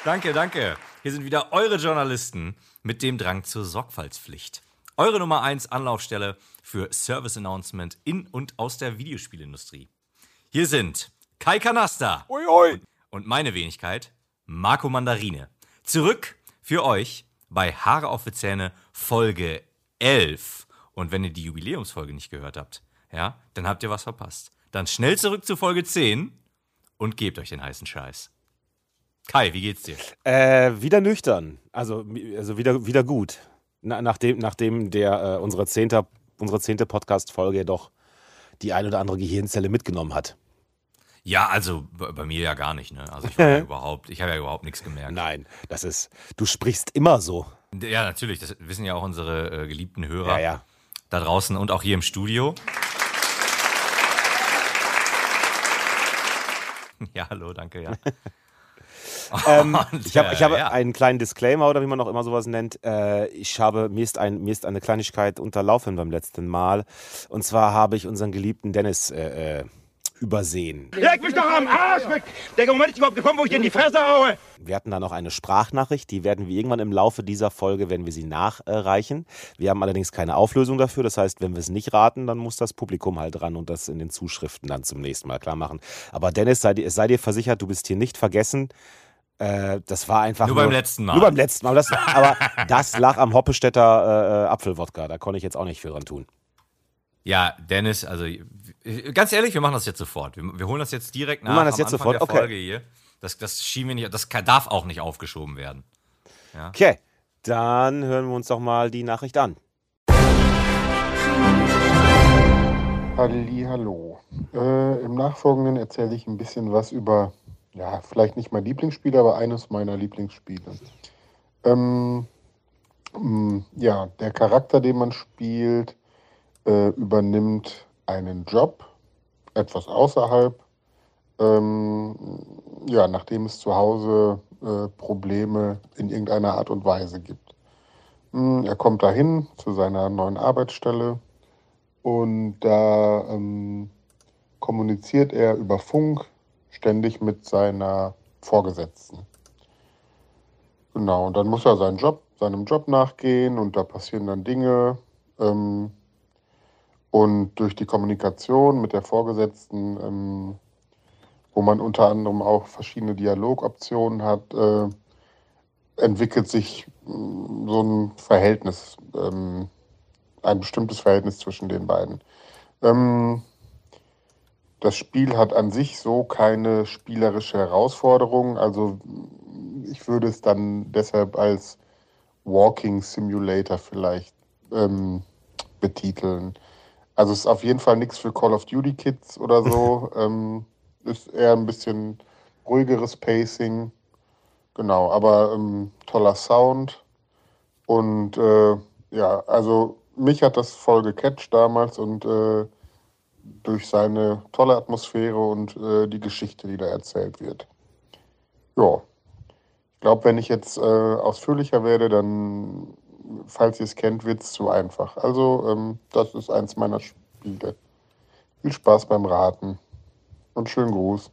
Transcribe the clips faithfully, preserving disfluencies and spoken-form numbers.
Danke, danke. Hier sind wieder eure Journalisten mit dem Drang zur Sorgfaltspflicht. Eure Nummer eins Anlaufstelle für Service Announcement in und aus der Videospielindustrie. Hier sind Kai Kanasta ui, ui. und meine Wenigkeit, Marco Mandarine. Zurück für euch bei Haare auf die Zähne Folge elf. Und wenn ihr die Jubiläumsfolge nicht gehört habt, ja, dann habt ihr was verpasst. Dann schnell zurück zu Folge zehn und gebt euch den heißen Scheiß. Kai, wie geht's dir? Äh, wieder nüchtern. Also, also wieder, wieder gut. Na, nachdem, nachdem der, äh, unsere zehnte, unsere zehnte Podcast-Folge doch die ein oder andere Gehirnzelle mitgenommen hat. Ja, also bei, bei mir ja gar nicht, ne? Also ich habe ja überhaupt, ich habe ja überhaupt nichts gemerkt. Nein, das ist, du sprichst immer so. Ja, natürlich, das wissen ja auch unsere äh, geliebten Hörer Ja, ja. da draußen und auch hier im Studio. Ja, hallo, danke, ja. ähm, Und, ich habe ich äh, habe ja. einen kleinen Disclaimer oder wie man auch immer sowas nennt. Äh, ich habe, mir ist, ein, mir ist eine Kleinigkeit unterlaufen beim letzten Mal. Und zwar habe ich unseren geliebten Dennis äh, äh, übersehen. Leg mich doch am Arsch weg! Der Moment ist überhaupt gekommen, wo ich dir in die Fresse haue! Wir hatten da noch eine Sprachnachricht, die werden wir irgendwann im Laufe dieser Folge, werden wir sie nachreichen. Wir haben allerdings keine Auflösung dafür, das heißt, wenn wir es nicht raten, dann muss das Publikum halt ran und das in den Zuschriften dann zum nächsten Mal klar machen. Aber Dennis, sei dir, sei dir versichert, du bist hier nicht vergessen. Äh, das war einfach Nur nur... beim letzten Mal. Nur beim letzten Mal. Das, aber das lag am Hoppestädter äh, Apfelwodka, da konnte ich jetzt auch nicht viel dran tun. Ja, Dennis, also ganz ehrlich, wir machen das jetzt sofort. Wir, wir holen das jetzt direkt nach. Wir machen das am jetzt Anfang sofort, der okay. Folge hier. Das, das schieben wir nicht, das kann, darf auch nicht aufgeschoben werden. Ja. Okay, dann hören wir uns doch mal die Nachricht an. Hallihallo. Äh, Im Nachfolgenden erzähle ich ein bisschen was über, ja, vielleicht nicht mein Lieblingsspiel, aber eines meiner Lieblingsspiele. Ähm, mh, ja, der Charakter, den man spielt, äh, übernimmt einen Job, etwas außerhalb, ähm, ja, nachdem es zu Hause äh, Probleme in irgendeiner Art und Weise gibt. Mh, er kommt dahin zu seiner neuen Arbeitsstelle. Und da ähm, kommuniziert er über Funk ständig mit seiner Vorgesetzten. Genau, und dann muss er seinen Job, seinem Job nachgehen und da passieren dann Dinge. Ähm, und durch die Kommunikation mit der Vorgesetzten, ähm, wo man unter anderem auch verschiedene Dialogoptionen hat, äh, entwickelt sich mh, so ein Verhältnis, ähm, ein bestimmtes Verhältnis zwischen den beiden. Ähm, das Spiel hat an sich so keine spielerische Herausforderung, also ich würde es dann deshalb als Walking Simulator vielleicht ähm, betiteln. Also es ist auf jeden Fall nichts für Call of Duty Kids oder so, ähm, ist eher ein bisschen ruhigeres Pacing, genau, aber ähm, toller Sound und äh, ja, also mich hat das voll gecatcht damals und äh, durch seine tolle Atmosphäre und äh, die Geschichte, die da erzählt wird. Ja, ich glaube, wenn ich jetzt äh, ausführlicher werde, dann, falls ihr es kennt, wird es zu einfach. Also, ähm, das ist eins meiner Spiele. Viel Spaß beim Raten und schönen Gruß.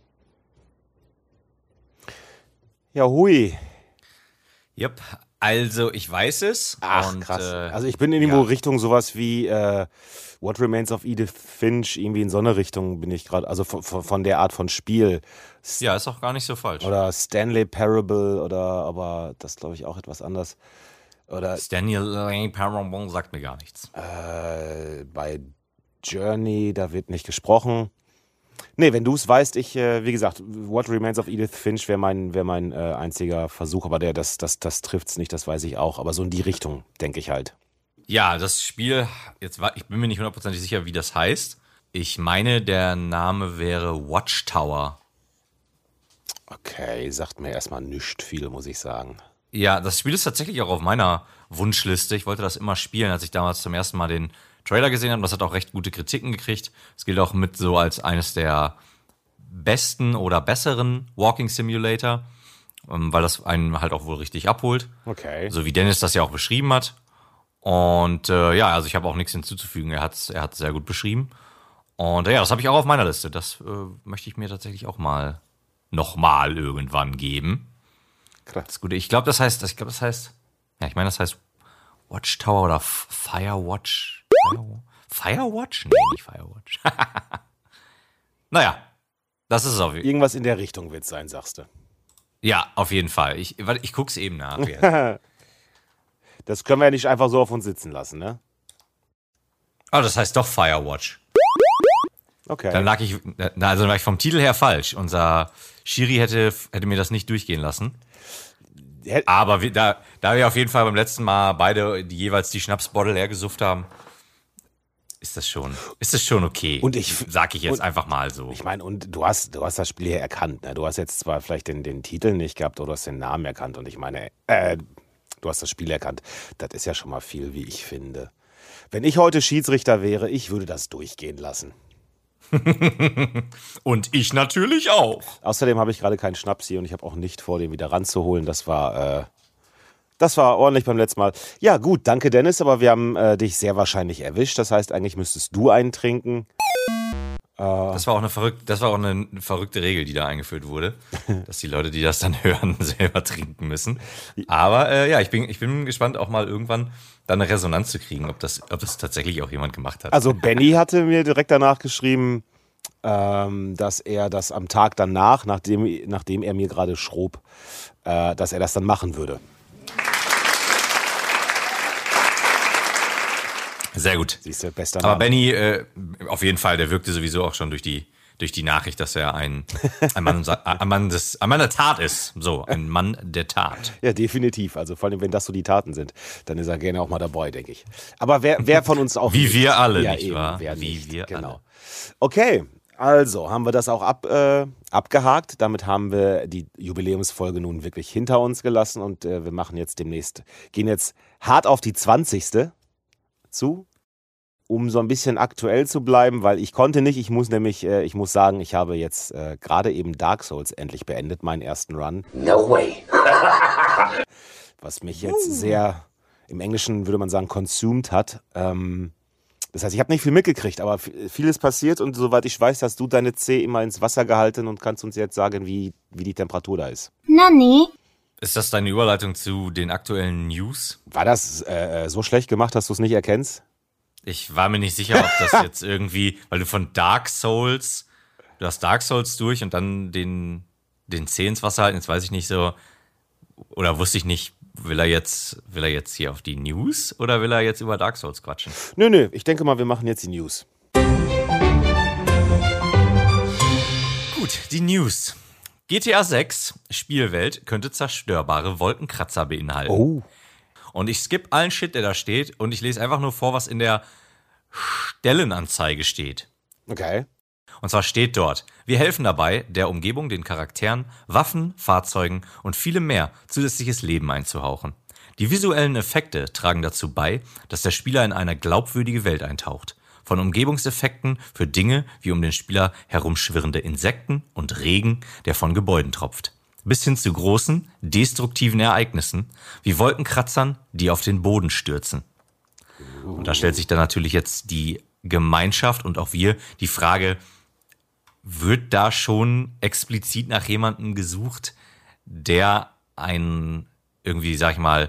Ja, hui. Yep. Also, ich weiß es. Ach, und, krass. Äh, Also ich bin irgendwo ja. Richtung sowas wie äh, What Remains of Edith Finch, irgendwie in so eine Richtung bin ich gerade, also von, von der Art von Spiel. Ja, ist auch gar nicht so falsch. Oder Stanley Parable oder, aber das glaube ich auch etwas anders. Oder Stanley Parable sagt mir gar nichts. äh, bei Journey, da wird nicht gesprochen. Nee, wenn du es weißt, ich, äh, wie gesagt, What Remains of Edith Finch wäre mein, wär mein äh, einziger Versuch, aber der, das, das, das trifft es nicht, das weiß ich auch, aber so in die Richtung, denke ich halt. Ja, das Spiel, jetzt war, ich bin mir nicht hundertprozentig sicher, wie das heißt. Ich meine, der Name wäre Watchtower. Okay, sagt mir erstmal nichts viel, muss ich sagen. Ja, das Spiel ist tatsächlich auch auf meiner Wunschliste. Ich wollte das immer spielen, als ich damals zum ersten Mal den Trailer gesehen habe. Das hat auch recht gute Kritiken gekriegt. Es gilt auch mit so als eines der besten oder besseren Walking Simulator, weil das einen halt auch wohl richtig abholt. Okay. So wie Dennis das ja auch beschrieben hat. Und äh, ja, also ich habe auch nichts hinzuzufügen. Er hat es er hat's sehr gut beschrieben. Und ja, das habe ich auch auf meiner Liste. Das äh, möchte ich mir tatsächlich auch mal nochmal irgendwann geben. Krass. Das Gute. Ich glaube, das heißt, ich glaube, das heißt, ja, ich meine, das heißt Watchtower oder Firewatch. Fire, Firewatch? Nee, nicht Firewatch. Naja, das ist es auf jeden Fall. Irgendwas in der Richtung wird es sein, sagst du. Ja, auf jeden Fall. Ich, warte, ich guck's eben nach. Das können wir ja nicht einfach so auf uns sitzen lassen, ne? Oh, das heißt doch Firewatch. Okay. Dann lag ich, na, also dann war ich vom Titel her falsch. Unser Schiri hätte, hätte mir das nicht durchgehen lassen. Aber wir, da, da wir auf jeden Fall beim letzten Mal beide die, jeweils die Schnapsbottle leer gesufft haben, ist das schon, ist das schon okay. Und ich sag ich jetzt und, einfach mal so. Ich meine, und du hast, du hast das Spiel hier erkannt, ne? Du hast jetzt zwar vielleicht den, den Titel nicht gehabt oder du hast den Namen erkannt und ich meine, äh, du hast das Spiel erkannt. Das ist ja schon mal viel, wie ich finde. Wenn ich heute Schiedsrichter wäre, ich würde das durchgehen lassen. Und ich natürlich auch. Außerdem habe ich gerade keinen Schnaps hier und ich habe auch nicht vor, den wieder ranzuholen. Das war, äh, das war ordentlich beim letzten Mal. Ja gut, danke Dennis, aber wir haben äh, dich sehr wahrscheinlich erwischt. Das heißt, eigentlich müsstest du einen trinken. Äh, das war auch eine verrückte, das war auch eine verrückte Regel, die da eingeführt wurde, dass die Leute, die das dann hören, selber trinken müssen. Aber äh, ja, ich bin, ich bin gespannt, auch mal irgendwann da eine Resonanz zu kriegen, ob das, ob das tatsächlich auch jemand gemacht hat. Also Benny hatte mir direkt danach geschrieben, ähm, dass er das am Tag danach, nachdem, nachdem er mir gerade schrob, äh, dass er das dann machen würde. Sehr gut. Siehst du, bester Aber Name. Benny, äh, auf jeden Fall, der wirkte sowieso auch schon durch die, durch die Nachricht, dass er ein, ein, Mann, ein, Mann des, ein Mann der Tat ist. So, ein Mann der Tat. Ja, definitiv. Also vor allem, wenn das so die Taten sind, dann ist er gerne auch mal dabei, denke ich. Aber wer, wer von uns auch... Wie nicht, wir alle, ja, nicht eben, wahr? Wer Wie nicht. wir Genau. alle. Okay, also haben wir das auch ab, äh, abgehakt. Damit haben wir die Jubiläumsfolge nun wirklich hinter uns gelassen und äh, wir machen jetzt demnächst, gehen jetzt hart auf die zwanzigste zu, um so ein bisschen aktuell zu bleiben, weil ich konnte nicht, ich muss nämlich, äh, ich muss sagen, ich habe jetzt äh, gerade eben Dark Souls endlich beendet, meinen ersten Run. No way. Was mich jetzt sehr, im Englischen würde man sagen, consumed hat. Ähm, das heißt, ich habe nicht viel mitgekriegt, aber vieles passiert und soweit ich weiß, hast du deine Zeh immer ins Wasser gehalten und kannst uns jetzt sagen, wie, wie die Temperatur da ist. Nani? Ist das deine Überleitung zu den aktuellen News? War das äh, so schlecht gemacht, dass du es nicht erkennst? Ich war mir nicht sicher, ob das jetzt irgendwie, weil du von Dark Souls, du hast Dark Souls durch und dann den, den Zeh ins Wasser halten, jetzt weiß ich nicht so, oder wusste ich nicht, will er jetzt, will er jetzt hier auf die News oder will er jetzt über Dark Souls quatschen? Nö, nö, ich denke mal, wir machen jetzt die News. Gut, die News. G T A sechs Spielwelt könnte zerstörbare Wolkenkratzer beinhalten. Oh. Und ich skippe allen Shit, der da steht, und ich lese einfach nur vor, was in der Stellenanzeige steht. Okay. Und zwar steht dort: Wir helfen dabei, der Umgebung, den Charakteren, Waffen, Fahrzeugen und vielem mehr zusätzliches Leben einzuhauchen. Die visuellen Effekte tragen dazu bei, dass der Spieler in eine glaubwürdige Welt eintaucht. Von Umgebungseffekten für Dinge wie um den Spieler herumschwirrende Insekten und Regen, der von Gebäuden tropft, bis hin zu großen, destruktiven Ereignissen wie Wolkenkratzern, die auf den Boden stürzen. Und da stellt sich dann natürlich jetzt die Gemeinschaft und auch wir die Frage: Wird da schon explizit nach jemandem gesucht, der ein irgendwie, sag ich mal,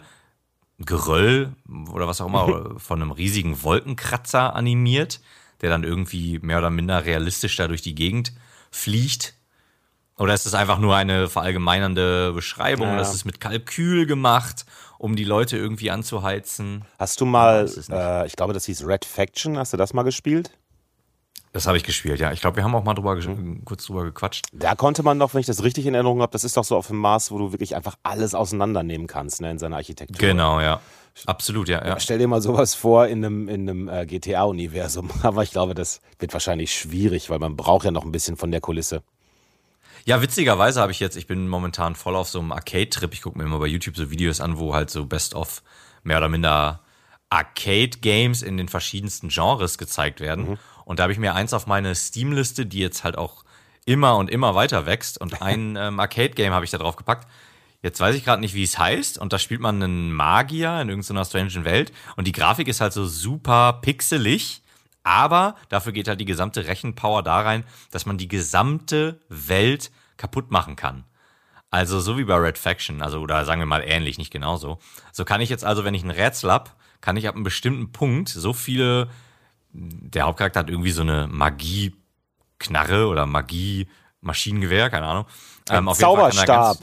Geröll oder was auch immer von einem riesigen Wolkenkratzer animiert, der dann irgendwie mehr oder minder realistisch da durch die Gegend fliegt? Oder ist es einfach nur eine verallgemeinernde Beschreibung? Ja. Das ist mit Kalkül gemacht, um die Leute irgendwie anzuheizen. Hast du mal, weiß es nicht. äh, ich glaube, das hieß Red Faction, hast du das mal gespielt? Das habe ich gespielt, ja. Ich glaube, wir haben auch mal drüber, mhm. kurz drüber gequatscht. Da konnte man doch, wenn ich das richtig in Erinnerung habe, das ist doch so auf dem Maß, wo du wirklich einfach alles auseinandernehmen kannst, ne, in seiner Architektur. Genau, ja. Absolut, ja. ja. Stell dir mal sowas vor in einem, in einem äh, G T A-Universum. Aber ich glaube, das wird wahrscheinlich schwierig, weil man braucht ja noch ein bisschen von der Kulisse. Ja, witzigerweise habe ich jetzt, ich bin momentan voll auf so einem Arcade-Trip. Ich gucke mir immer bei YouTube so Videos an, wo halt so Best-of mehr oder minder Arcade-Games in den verschiedensten Genres gezeigt werden. Mhm. Und da habe ich mir eins auf meine Steam-Liste, die jetzt halt auch immer und immer weiter wächst. Und ein ähm, Arcade-Game habe ich da drauf gepackt. Jetzt weiß ich gerade nicht, wie es heißt. Und da spielt man einen Magier in irgendeiner strangen Welt. Und die Grafik ist halt so super pixelig. Aber dafür geht halt die gesamte Rechenpower da rein, dass man die gesamte Welt kaputt machen kann. Also so wie bei Red Faction, also oder sagen wir mal ähnlich, nicht genauso. So kann ich jetzt also, wenn ich ein Rätsel hab, kann ich ab einem bestimmten Punkt so viele, der Hauptcharakter hat irgendwie so eine Magie-Knarre oder Magie-Maschinengewehr, keine Ahnung. Ein Ähm, auf jeden Fall kann er Zauberstab.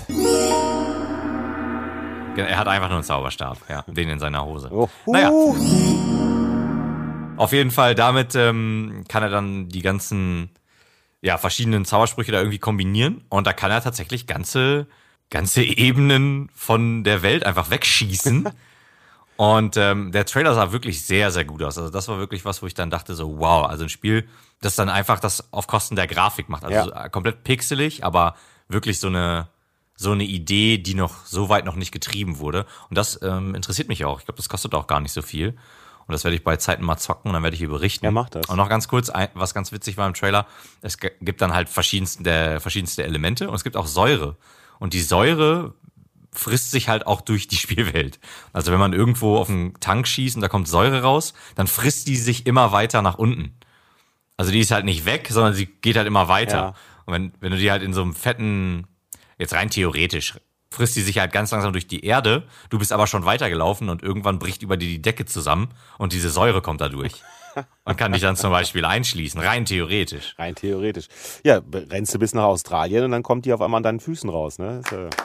ganz- Er hat einfach nur einen Zauberstab, ja, den in seiner Hose. Oh, Naja. huh. Auf jeden Fall, damit ähm, kann er dann die ganzen, ja, verschiedenen Zaubersprüche da irgendwie kombinieren. Und da kann er tatsächlich ganze, ganze Ebenen von der Welt einfach wegschießen. Und ähm, der Trailer sah wirklich sehr, sehr gut aus. Also das war wirklich was, wo ich dann dachte so, wow, also ein Spiel, das dann einfach das auf Kosten der Grafik macht. Also Ja. so, komplett pixelig, aber wirklich so eine, so eine Idee, die noch so weit noch nicht getrieben wurde. Und das ähm, interessiert mich auch. Ich glaube, das kostet auch gar nicht so viel. Und das werde ich bei Zeiten mal zocken und dann werde ich hier berichten. Ja, mach das. Und noch ganz kurz, ein, was ganz witzig war im Trailer, es g- gibt dann halt verschiedenste, verschiedenste Elemente und es gibt auch Säure. Und die Säure frisst sich halt auch durch die Spielwelt. Also wenn man irgendwo auf einen Tank schießt und da kommt Säure raus, dann frisst die sich immer weiter nach unten. Also die ist halt nicht weg, sondern sie geht halt immer weiter. Ja. Und wenn, wenn du die halt in so einem fetten, jetzt rein theoretisch, frisst die sich halt ganz langsam durch die Erde, du bist aber schon weitergelaufen und irgendwann bricht über dir die Decke zusammen und diese Säure kommt da durch. Und kann dich dann zum Beispiel einschließen, rein theoretisch. Rein theoretisch. Ja, rennst du bis nach Australien und dann kommt die auf einmal an deinen Füßen raus, ne? Das ist, äh,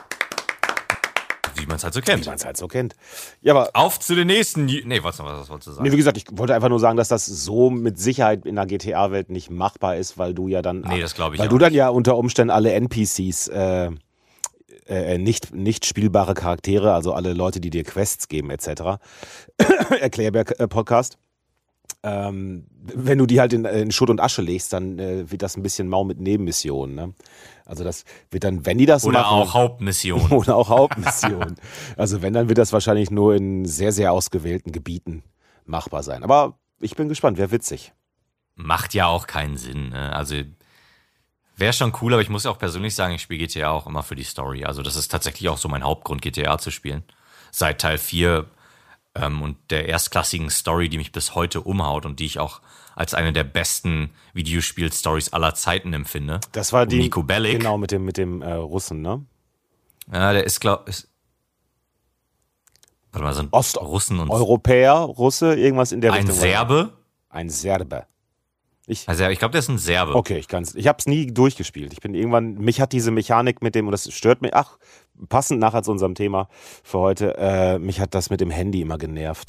Wie man es halt so wie kennt. man es halt so kennt. Ja, aber Auf zu den nächsten. New- Nee, was, was wolltest du sagen? nee, wie gesagt, ich wollte einfach nur sagen, dass das so mit Sicherheit in der G T A-Welt nicht machbar ist, weil du ja dann, Nee, das glaube ich weil auch du dann nicht. ja unter Umständen alle N P Cs, äh, äh, nicht, nicht spielbare Charaktere, also alle Leute, die dir Quests geben, et cetera. Erklärbär-Podcast. Ähm, wenn du die halt in, in Schutt und Asche legst, dann äh, wird das ein bisschen mau mit Nebenmissionen. Ne? Also das wird dann, wenn die das Oder machen, auch Hauptmission. oder auch Hauptmissionen. Also wenn, dann wird das wahrscheinlich nur in sehr, sehr ausgewählten Gebieten machbar sein. Aber ich bin gespannt, wäre witzig. Macht ja auch keinen Sinn. Ne? Also wäre schon cool, aber ich muss ja auch persönlich sagen, ich spiele G T A auch immer für die Story. Also das ist tatsächlich auch so mein Hauptgrund, G T A zu spielen. Seit Teil vier ähm, und der erstklassigen Story, die mich bis heute umhaut und die ich auch als eine der besten Videospiel-Stories aller Zeiten empfinde. Das war die, Niko Bellic. genau, mit dem, mit dem äh, Russen, ne? Ja, der ist, glaub ich. Warte mal, so ein Ost- Russen und Europäer, Russe, irgendwas in der ein Richtung. Serbe. Ein Serbe. Ich, Also ich glaube, der ist ein Serbe. okay, ich kann's. Ich habe es nie durchgespielt. Ich bin irgendwann, mich hat diese Mechanik mit dem, und das stört mich, ach, passend nachher zu unserem Thema für heute, äh, mich hat das mit dem Handy immer genervt.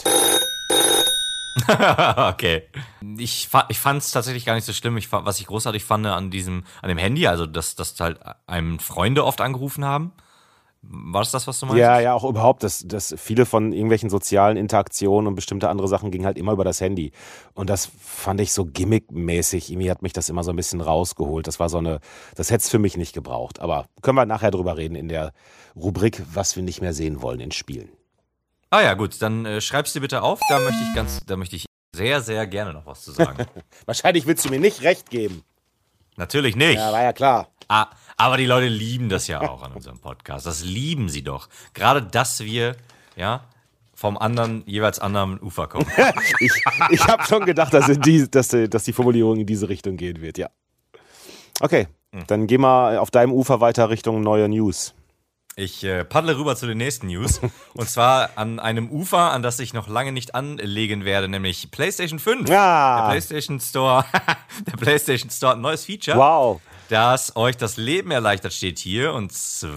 Okay. Ich, fa- ich fand es tatsächlich gar nicht so schlimm. Ich, fa- was ich großartig fand an diesem, an dem Handy, also dass, dass halt einem Freunde oft angerufen haben. War das das, was du meinst? Ja, ja, auch überhaupt, dass, dass viele von irgendwelchen sozialen Interaktionen und bestimmte andere Sachen gingen halt immer über das Handy. Und das fand ich so gimmickmäßig. Irgendwie hat mich das immer so ein bisschen rausgeholt. Das war so eine, das hätte es für mich nicht gebraucht. Aber können wir nachher drüber reden in der Rubrik, was wir nicht mehr sehen wollen in Spielen. Ah ja, gut, dann äh, schreib's dir bitte auf. Da möchte ich ganz, da möchte ich sehr, sehr gerne noch was zu sagen. Wahrscheinlich willst du mir nicht recht geben. Natürlich nicht. Ja, war ja klar. Ah, aber die Leute lieben das ja auch an unserem Podcast. Das lieben sie doch. Gerade, dass wir, ja, vom anderen, jeweils anderen Ufer kommen. Ich, ich habe schon gedacht, dass, in die, dass, die, dass die Formulierung in diese Richtung gehen wird, ja. Okay, dann geh mal auf deinem Ufer weiter Richtung neue News. Ich äh, paddle rüber zu den nächsten News. Und zwar an einem Ufer, an das ich noch lange nicht anlegen werde, nämlich PlayStation fünf. Ja. Der PlayStation Store, der PlayStation Store hat ein neues Feature, Wow. das euch das Leben erleichtert, steht hier. Und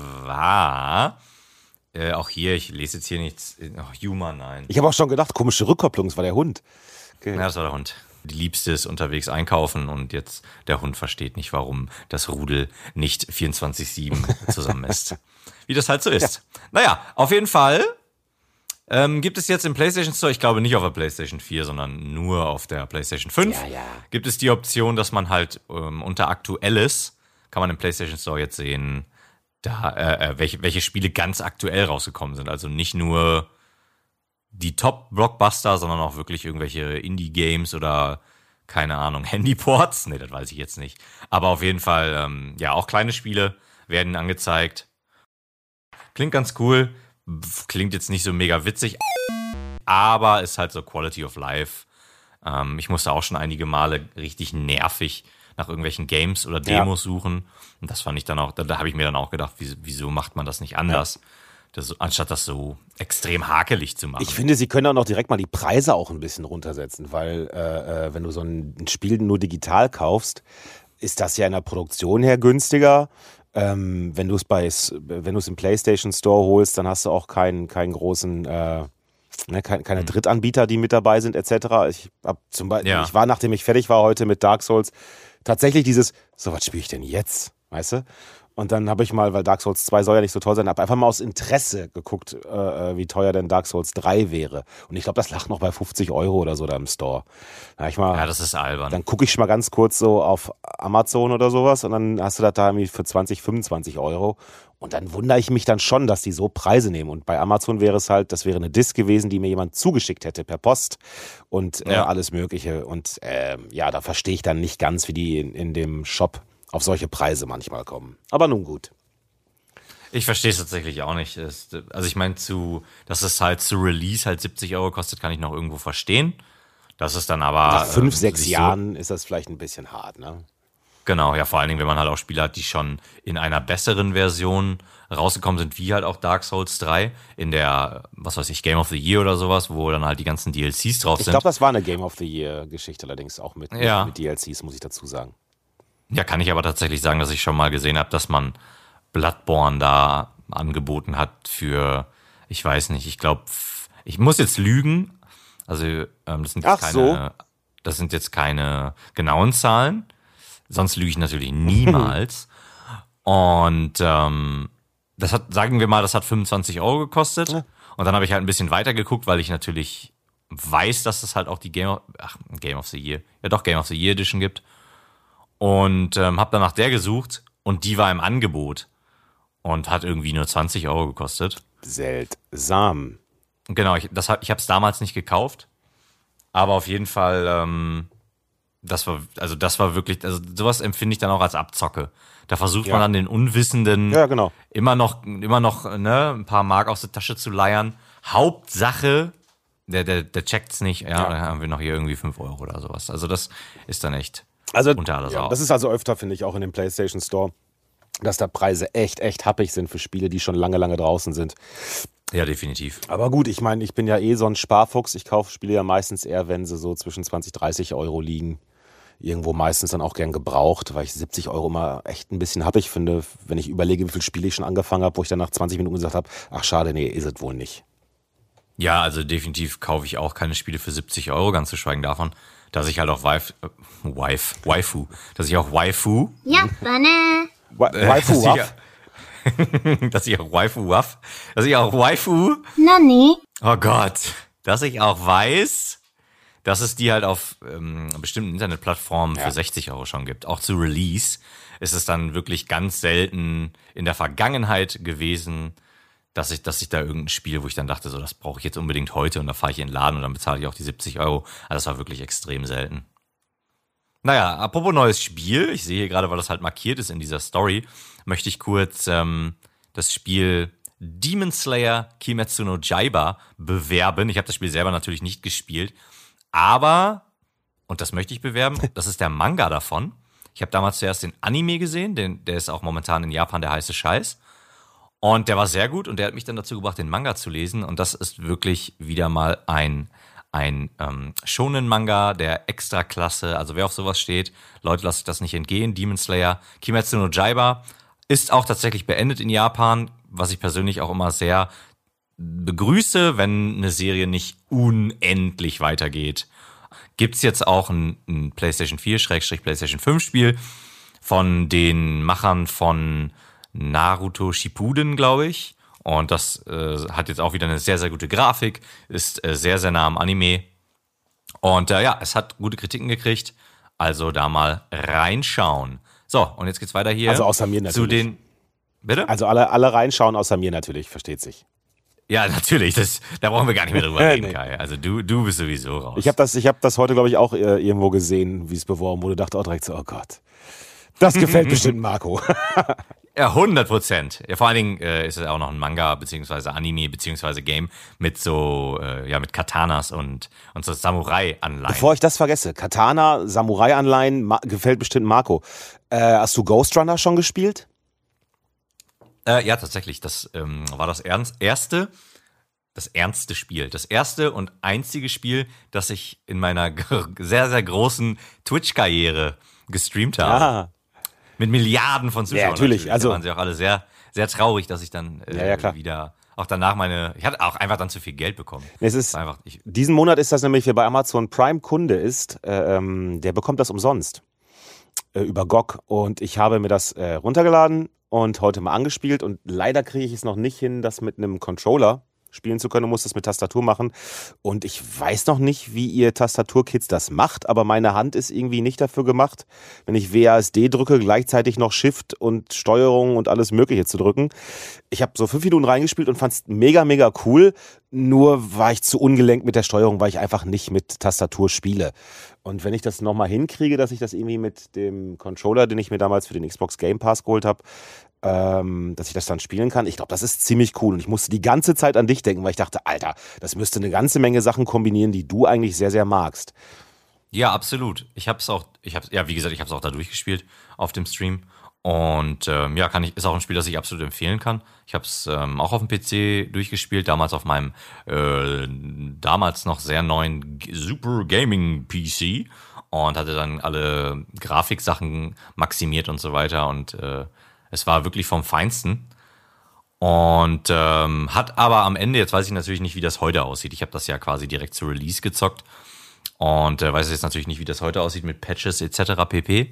zwar, äh, auch hier, ich lese jetzt hier nichts, oh, Human, nein. Ich habe auch schon gedacht, komische Rückkopplung, es war der Hund. Okay. Ja, das war der Hund. Die Liebste ist unterwegs einkaufen und jetzt der Hund versteht nicht, warum das Rudel nicht vierundzwanzig sieben zusammen ist. Wie das halt so ist. Ja. Naja, auf jeden Fall ähm, gibt es jetzt im PlayStation Store, ich glaube nicht auf der PlayStation vier, sondern nur auf der PlayStation fünf, Ja, ja. gibt es die Option, dass man halt ähm, unter Aktuelles, kann man im PlayStation Store jetzt sehen, da äh, welche, welche Spiele ganz aktuell rausgekommen sind. Also nicht nur die Top-Blockbuster, sondern auch wirklich irgendwelche Indie-Games oder, keine Ahnung, Handyports. Nee, das weiß ich jetzt nicht. Aber auf jeden Fall, ähm, ja, auch kleine Spiele werden angezeigt. Klingt ganz cool. Klingt jetzt nicht so mega witzig, aber ist halt so Quality of Life. Ähm, ich musste auch schon einige Male richtig nervig nach irgendwelchen Games oder Demos ja. suchen. Und das fand ich dann auch, da, da habe ich mir dann auch gedacht, wieso, wieso macht man das nicht anders? Ja. Das, anstatt das so extrem hakelig zu machen. Ich finde, sie können auch noch direkt mal die Preise auch ein bisschen runtersetzen, weil äh, wenn du so ein, ein Spiel nur digital kaufst, ist das ja in der Produktion her günstiger. Ähm, wenn du es bei, wenn du es im PlayStation Store holst, dann hast du auch keinen, keinen großen, äh, ne, keine, keine mhm. Drittanbieter, die mit dabei sind, et cetera. Ich hab zum Beispiel, ja. ich war, nachdem ich fertig war heute mit Dark Souls, tatsächlich dieses, so was spiele ich denn jetzt, weißt du? Und dann habe ich mal, weil Dark Souls zwei soll ja nicht so toll sein, habe einfach mal aus Interesse geguckt, äh, wie teuer denn Dark Souls drei wäre. Und ich glaube, das lag noch bei fünfzig Euro oder so da im Store. Da ich mal, ja, das ist albern. Dann gucke ich mal ganz kurz so auf Amazon oder sowas und dann hast du das da irgendwie für zwanzig, fünfundzwanzig Euro. Und dann wundere ich mich dann schon, dass die so Preise nehmen. Und bei Amazon wäre es halt, das wäre eine Disc gewesen, die mir jemand zugeschickt hätte per Post und äh, ja. alles Mögliche. Und äh, ja, da verstehe ich dann nicht ganz, wie die in, in dem Shop auf solche Preise manchmal kommen. Aber nun gut. Ich verstehe es tatsächlich auch nicht. Also ich meine, zu, dass es halt zu Release halt siebzig Euro kostet, kann ich noch irgendwo verstehen. Das ist dann aber... Nach fünf, äh, sechs Jahren so, ist das vielleicht ein bisschen hart, ne? Genau, ja, vor allen Dingen, wenn man halt auch Spiele hat, die schon in einer besseren Version rausgekommen sind, wie halt auch Dark Souls drei, in der, was weiß ich, Game of the Year oder sowas, wo dann halt die ganzen D L Cs drauf ich sind. Ich glaube, das war eine Game of the Year-Geschichte allerdings auch mit, ja. mit D L Cs, muss ich dazu sagen. Ja, kann ich aber tatsächlich sagen, dass ich schon mal gesehen habe, dass man Bloodborne da angeboten hat für, ich weiß nicht, ich glaube, ich muss jetzt lügen, also ähm, das sind jetzt Ach keine, so. das sind jetzt keine genauen Zahlen, sonst lüge ich natürlich niemals. Und ähm, das hat, sagen wir mal, das hat fünfundzwanzig Euro gekostet. Ja. Und dann habe ich halt ein bisschen weiter geguckt, weil ich natürlich weiß, dass es halt auch die Game of, ach, Game of the Year, ja doch Game of the Year Edition gibt. Und ähm, habe dann nach der gesucht und die war im Angebot und hat irgendwie nur zwanzig Euro gekostet. Seltsam. Genau, ich, das, ich habe es damals nicht gekauft, aber auf jeden Fall, ähm, das war, also das war wirklich, also sowas empfinde ich dann auch als Abzocke. Da versucht ja. man dann den Unwissenden ja, genau. immer noch, immer noch ne, ein paar Mark aus der Tasche zu leiern. Hauptsache, der, der, der checkt's nicht, ja, ja. Dann haben wir noch hier irgendwie fünf Euro oder sowas. Also das ist dann echt... Also, ja, das ist also öfter, finde ich, auch in dem PlayStation Store, dass da Preise echt, echt happig sind für Spiele, die schon lange, lange draußen sind. Ja, definitiv. Aber gut, ich meine, ich bin ja eh so ein Sparfuchs. Ich kaufe Spiele ja meistens eher, wenn sie so zwischen zwanzig, dreißig Euro liegen. Irgendwo meistens dann auch gern gebraucht, weil ich siebzig Euro immer echt ein bisschen happig finde, wenn ich überlege, wie viele Spiele ich schon angefangen habe, wo ich dann nach zwanzig Minuten gesagt habe, ach schade, nee, ist es wohl nicht. Ja, also definitiv kaufe ich auch keine Spiele für siebzig Euro, ganz zu schweigen davon, dass ich halt auch Waif, äh, Waif, Waifu, dass ich auch Waifu, ja, ne, Wa- Waifu, Waff, dass ich auch Waifu, Waff, dass ich auch Waifu, Nani, oh Gott, dass ich auch weiß, dass es die halt auf ähm, bestimmten Internetplattformen ja. für sechzig Euro schon gibt. Auch zu Release ist es dann wirklich ganz selten in der Vergangenheit gewesen, dass ich, dass ich da irgendein Spiel, wo ich dann dachte, so, das brauche ich jetzt unbedingt heute und da fahre ich in den Laden und dann bezahle ich auch die siebzig Euro. Also das war wirklich extrem selten. Naja, apropos neues Spiel, ich sehe hier gerade, weil das halt markiert ist in dieser Story, möchte ich kurz ähm, das Spiel Demon Slayer Kimetsu no Yaiba bewerben. Ich habe das Spiel selber natürlich nicht gespielt, aber, und das möchte ich bewerben, das ist der Manga davon. Ich habe damals zuerst den Anime gesehen, den, der ist auch momentan in Japan der heiße Scheiß. Und der war sehr gut und der hat mich dann dazu gebracht, den Manga zu lesen. Und das ist wirklich wieder mal ein, ein ähm, Shonen-Manga der Extraklasse. Also wer auf sowas steht, Leute, lasst euch das nicht entgehen. Demon Slayer Kimetsu no Yaiba ist auch tatsächlich beendet in Japan, was ich persönlich auch immer sehr begrüße, wenn eine Serie nicht unendlich weitergeht. Gibt's jetzt auch ein, ein PlayStation vier PlayStation fünf Spiel von den Machern von Naruto Shippuden, glaube ich. Und das äh, hat jetzt auch wieder eine sehr, sehr gute Grafik, ist äh, sehr, sehr nah am Anime. Und äh, ja, es hat gute Kritiken gekriegt, also da mal reinschauen. So, und jetzt geht's weiter hier. Also außer mir natürlich. Zu den, bitte? Also alle, alle reinschauen, außer mir natürlich, versteht sich. Ja, natürlich, das, da brauchen wir gar nicht mehr drüber reden, Nee. Kai. Also du, du bist sowieso raus. Ich habe das, ich hab das heute, glaube ich, auch äh, irgendwo gesehen, wie es beworben wurde. Dachte auch direkt so, oh Gott, das gefällt bestimmt Marco. Ja, hundert Prozent. Ja, vor allen Dingen äh, ist es auch noch ein Manga, beziehungsweise Anime, beziehungsweise Game mit so, äh, ja, mit Katanas und, und so Samurai-Anleihen. Bevor ich das vergesse, Katana, Samurai-Anleihen, ma- gefällt bestimmt Marco. Äh, hast du Ghost Runner schon gespielt? Äh, ja, tatsächlich. Das ähm, war das ernst, erste, das ernste Spiel. Das erste und einzige Spiel, das ich in meiner g- sehr, sehr großen Twitch-Karriere gestreamt habe. Ah. Mit Milliarden von Zuschauern. Ja, natürlich. Also- Da waren sie auch alle sehr, sehr traurig, dass ich dann äh, Ja, ja, klar. wieder auch danach meine. Ich hatte auch einfach dann zu viel Geld bekommen. Es ist, War einfach, ich, diesen Monat ist das nämlich, wer bei Amazon Prime Kunde ist, äh, ähm, der bekommt das umsonst äh, über G O G. Und ich habe mir das äh, runtergeladen und heute mal angespielt. Und leider kriege ich es noch nicht hin, das mit einem Controller spielen zu können. Du musst es mit Tastatur machen. Und ich weiß noch nicht, wie ihr Tastaturkids das macht, aber meine Hand ist irgendwie nicht dafür gemacht, wenn ich W A S D drücke, gleichzeitig noch Shift und Steuerung und alles Mögliche zu drücken. Ich habe so fünf Minuten reingespielt und fand es mega, mega cool. Nur war ich zu ungelenkt mit der Steuerung, weil ich einfach nicht mit Tastatur spiele. Und wenn ich das nochmal hinkriege, dass ich das irgendwie mit dem Controller, den ich mir damals für den Xbox Game Pass geholt habe, ähm, dass ich das dann spielen kann. Ich glaube, das ist ziemlich cool. Und ich musste die ganze Zeit an dich denken, weil ich dachte, Alter, das müsste eine ganze Menge Sachen kombinieren, die du eigentlich sehr, sehr magst. ja, absolut. Ich habe es auch, ich habe, ja, wie gesagt, ich habe es auch da durchgespielt auf dem Stream. Und ähm, ja, kann ich, ist auch ein Spiel, das ich absolut empfehlen kann. Ich habe es ähm, auch auf dem P C durchgespielt, damals auf meinem äh, damals noch sehr neuen G- Super Gaming P C und hatte dann alle Grafiksachen maximiert und so weiter. Und äh, es war wirklich vom Feinsten. Und ähm, hat aber am Ende, jetzt weiß ich natürlich nicht, wie das heute aussieht. Ich habe das ja quasi direkt zu Release gezockt und äh, weiß jetzt natürlich nicht, wie das heute aussieht mit Patches et cetera pp.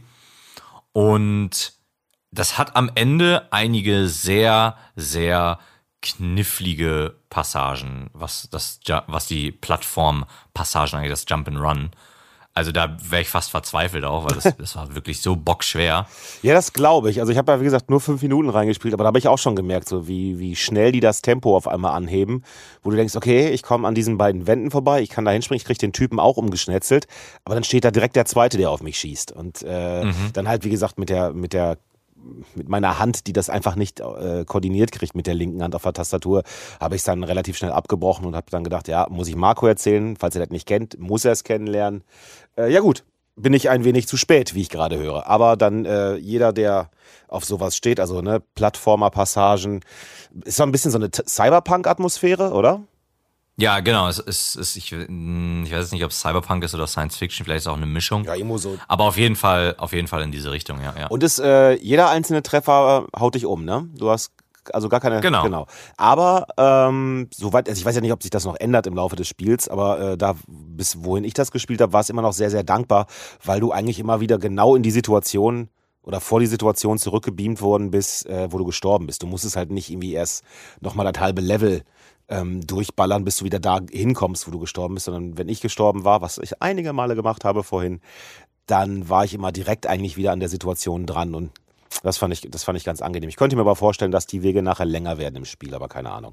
Und das hat am Ende einige sehr, sehr knifflige Passagen, was das, Ju- was die Plattform-Passagen angeht, das Jump and Run. Also da wäre ich fast verzweifelt auch, weil das, das war wirklich so bockschwer. Ja, das glaube ich. Also ich habe ja, wie gesagt, nur fünf Minuten reingespielt, aber da habe ich auch schon gemerkt, so wie, wie schnell die das Tempo auf einmal anheben, wo du denkst, okay, ich komme an diesen beiden Wänden vorbei, ich kann da hinspringen, ich kriege den Typen auch umgeschnetzelt, aber dann steht da direkt der Zweite, der auf mich schießt. Und äh, Mhm. dann halt, wie gesagt, mit der, mit der mit meiner Hand, die das einfach nicht äh, koordiniert kriegt mit der linken Hand auf der Tastatur, habe ich es dann relativ schnell abgebrochen und habe dann gedacht, ja, muss ich Marco erzählen, falls er das nicht kennt, muss er es kennenlernen. Äh, ja gut, bin ich ein wenig zu spät, wie ich gerade höre. Aber dann äh, jeder, der auf sowas steht, also ne, Plattformer-Passagen, ist so ein bisschen so eine T- Cyberpunk-Atmosphäre, oder? Ja, genau. Es ist, es, ich, mh, ich weiß jetzt nicht, ob es Cyberpunk ist oder Science Fiction, vielleicht ist es auch eine Mischung. Ja, irgendwo so. Aber auf jeden Fall, auf jeden Fall in diese Richtung, ja, ja. Und es, äh, jeder einzelne Treffer haut dich um, ne? Du hast also gar keine. Genau. genau. Aber ähm, soweit, also ich weiß ja nicht, ob sich das noch ändert im Laufe des Spiels, aber äh, da bis wohin ich das gespielt habe, war es immer noch sehr, sehr dankbar, weil du eigentlich immer wieder genau in die Situation oder vor die Situation zurückgebeamt worden bist, äh, wo du gestorben bist. Du musstest halt nicht irgendwie erst nochmal das halbe Level ähm, durchballern, bis du wieder da hinkommst, wo du gestorben bist, sondern wenn ich gestorben war, was ich einige Male gemacht habe vorhin, dann war ich immer direkt eigentlich wieder an der Situation dran und das fand ich, das fand ich ganz angenehm. Ich könnte mir aber vorstellen, dass die Wege nachher länger werden im Spiel, aber keine Ahnung.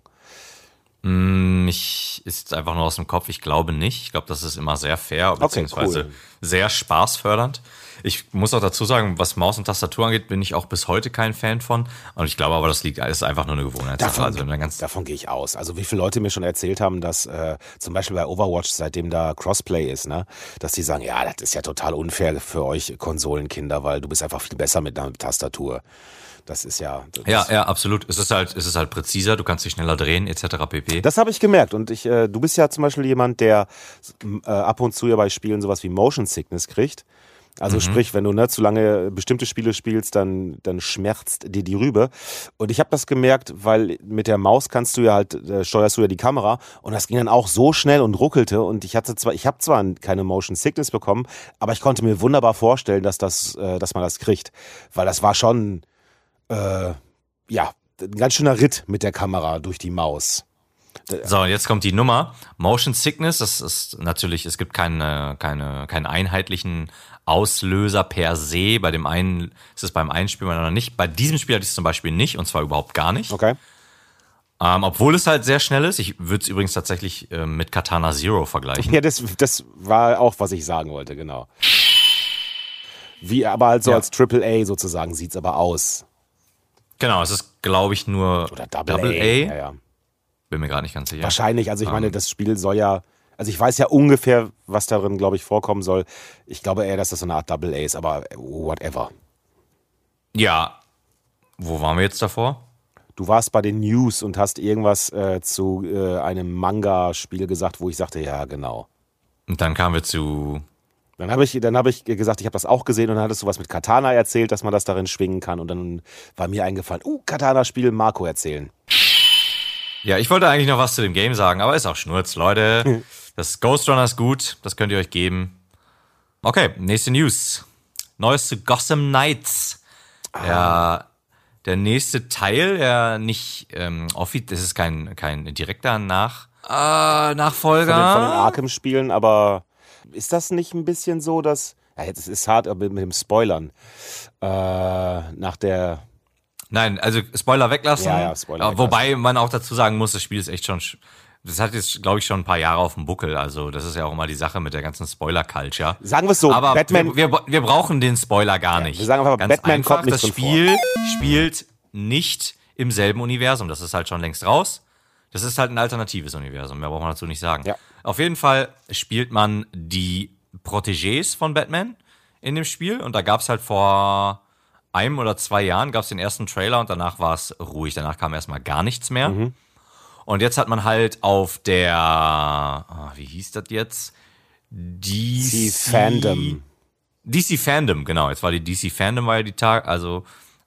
Mich ist einfach nur aus dem Kopf, ich glaube nicht. Ich glaube, das ist immer sehr fair, beziehungsweise cool. sehr spaßfördernd. Ich muss auch dazu sagen, was Maus und Tastatur angeht, bin ich auch bis heute kein Fan von. Und ich glaube aber, das liegt, ist einfach nur eine Gewohnheitssache. Davon, Also wenn man ganz davon gehe ich aus. Also wie viele Leute mir schon erzählt haben, dass äh, zum Beispiel bei Overwatch, seitdem da Crossplay ist, ne, dass die sagen, ja, das ist ja total unfair für euch Konsolenkinder, weil du bist einfach viel besser mit einer Tastatur. Das ist ja... Das, ja, ja, absolut. Es ist halt, es ist halt präziser, du kannst dich schneller drehen, et cetera pp. Das habe ich gemerkt. Und ich, äh, du bist ja zum Beispiel jemand, der äh, ab und zu ja bei Spielen sowas wie Motion Sickness kriegt. Also Mhm. sprich, wenn du ne, zu lange bestimmte Spiele spielst, dann, dann schmerzt dir die Rübe. Und ich habe das gemerkt, weil mit der Maus kannst du ja halt, äh, steuerst du ja die Kamera und das ging dann auch so schnell und ruckelte. Und ich hatte zwar, ich habe zwar keine Motion Sickness bekommen, aber ich konnte mir wunderbar vorstellen, dass das, äh, dass man das kriegt. Weil das war schon, äh, ja, ein ganz schöner Ritt mit der Kamera durch die Maus. So, und jetzt kommt die Nummer. Motion Sickness, das ist natürlich, es gibt keine, keine, keinen einheitlichen Auslöser per se. Bei dem einen ist es beim einen Spiel, beim anderen nicht. Bei diesem Spiel hatte ich es zum Beispiel nicht, und zwar überhaupt gar nicht. Okay. Ähm, obwohl es halt sehr schnell ist. Ich würde es übrigens tatsächlich äh, mit Katana Zero vergleichen. Ja, das, das war auch, was ich sagen wollte, genau. Wie, aber halt so Ja. als Triple A sozusagen sieht's aber aus. Genau, es ist, glaube ich, nur Oder Double, Double A. A. Ja, ja. Bin mir gerade nicht ganz sicher. Wahrscheinlich, also ich meine, Ähm. das Spiel soll ja, also ich weiß ja ungefähr, was darin, glaube ich, vorkommen soll. Ich glaube eher, dass das so eine Art Double A ist, aber whatever. Ja, wo waren wir jetzt davor? Du warst bei den News und hast irgendwas äh, zu äh, einem Manga-Spiel gesagt, wo ich sagte, ja, genau. Und dann kamen wir zu... Dann habe ich, dann hab ich gesagt, ich habe das auch gesehen und dann hattest du was mit Katana erzählt, dass man das darin schwingen kann und dann war mir eingefallen, uh, Katana-Spiel, Marco erzählen. Ja, ich wollte eigentlich noch was zu dem Game sagen, aber ist auch Schnurz, Leute. Das Ghost Runner ist gut, das könnt ihr euch geben. Okay, nächste News. Neues zu Gotham Knights. Ah. Ja, der nächste Teil, der nicht ähm, offiziell, das ist kein, kein direkter Nach, äh, Nachfolger. Von den, von den Arkham-Spielen, aber ist das nicht ein bisschen so, dass, ja, jetzt ist es hart aber mit dem Spoilern, äh, nach der... Nein, also Spoiler weglassen. Ja, ja, Spoiler weglassen. Wobei man auch dazu sagen muss, das Spiel ist echt schon, das hat jetzt, glaube ich, schon ein paar Jahre auf dem Buckel. Also das ist ja auch immer die Sache mit der ganzen Spoiler-Culture. Sagen wir es so, aber Batman... Wir, wir, wir brauchen den Spoiler gar ja, nicht. Wir sagen einfach, Ganz Batman einfach, kommt nicht das drin Spiel vor. spielt nicht im selben Universum. Das ist halt schon längst raus. Das ist halt ein alternatives Universum. Mehr braucht man dazu nicht sagen. Ja. Auf jeden Fall spielt man die Protégés von Batman in dem Spiel. Und da gab es halt vor einem oder zwei Jahren gab es den ersten Trailer und danach war es ruhig. Danach kam erstmal gar nichts mehr. Mhm. Und jetzt hat man halt auf der, oh, wie hieß das jetzt? D C Fandom. D C Fandom, genau. Jetzt war die D C Fandom, war ja die Tag, also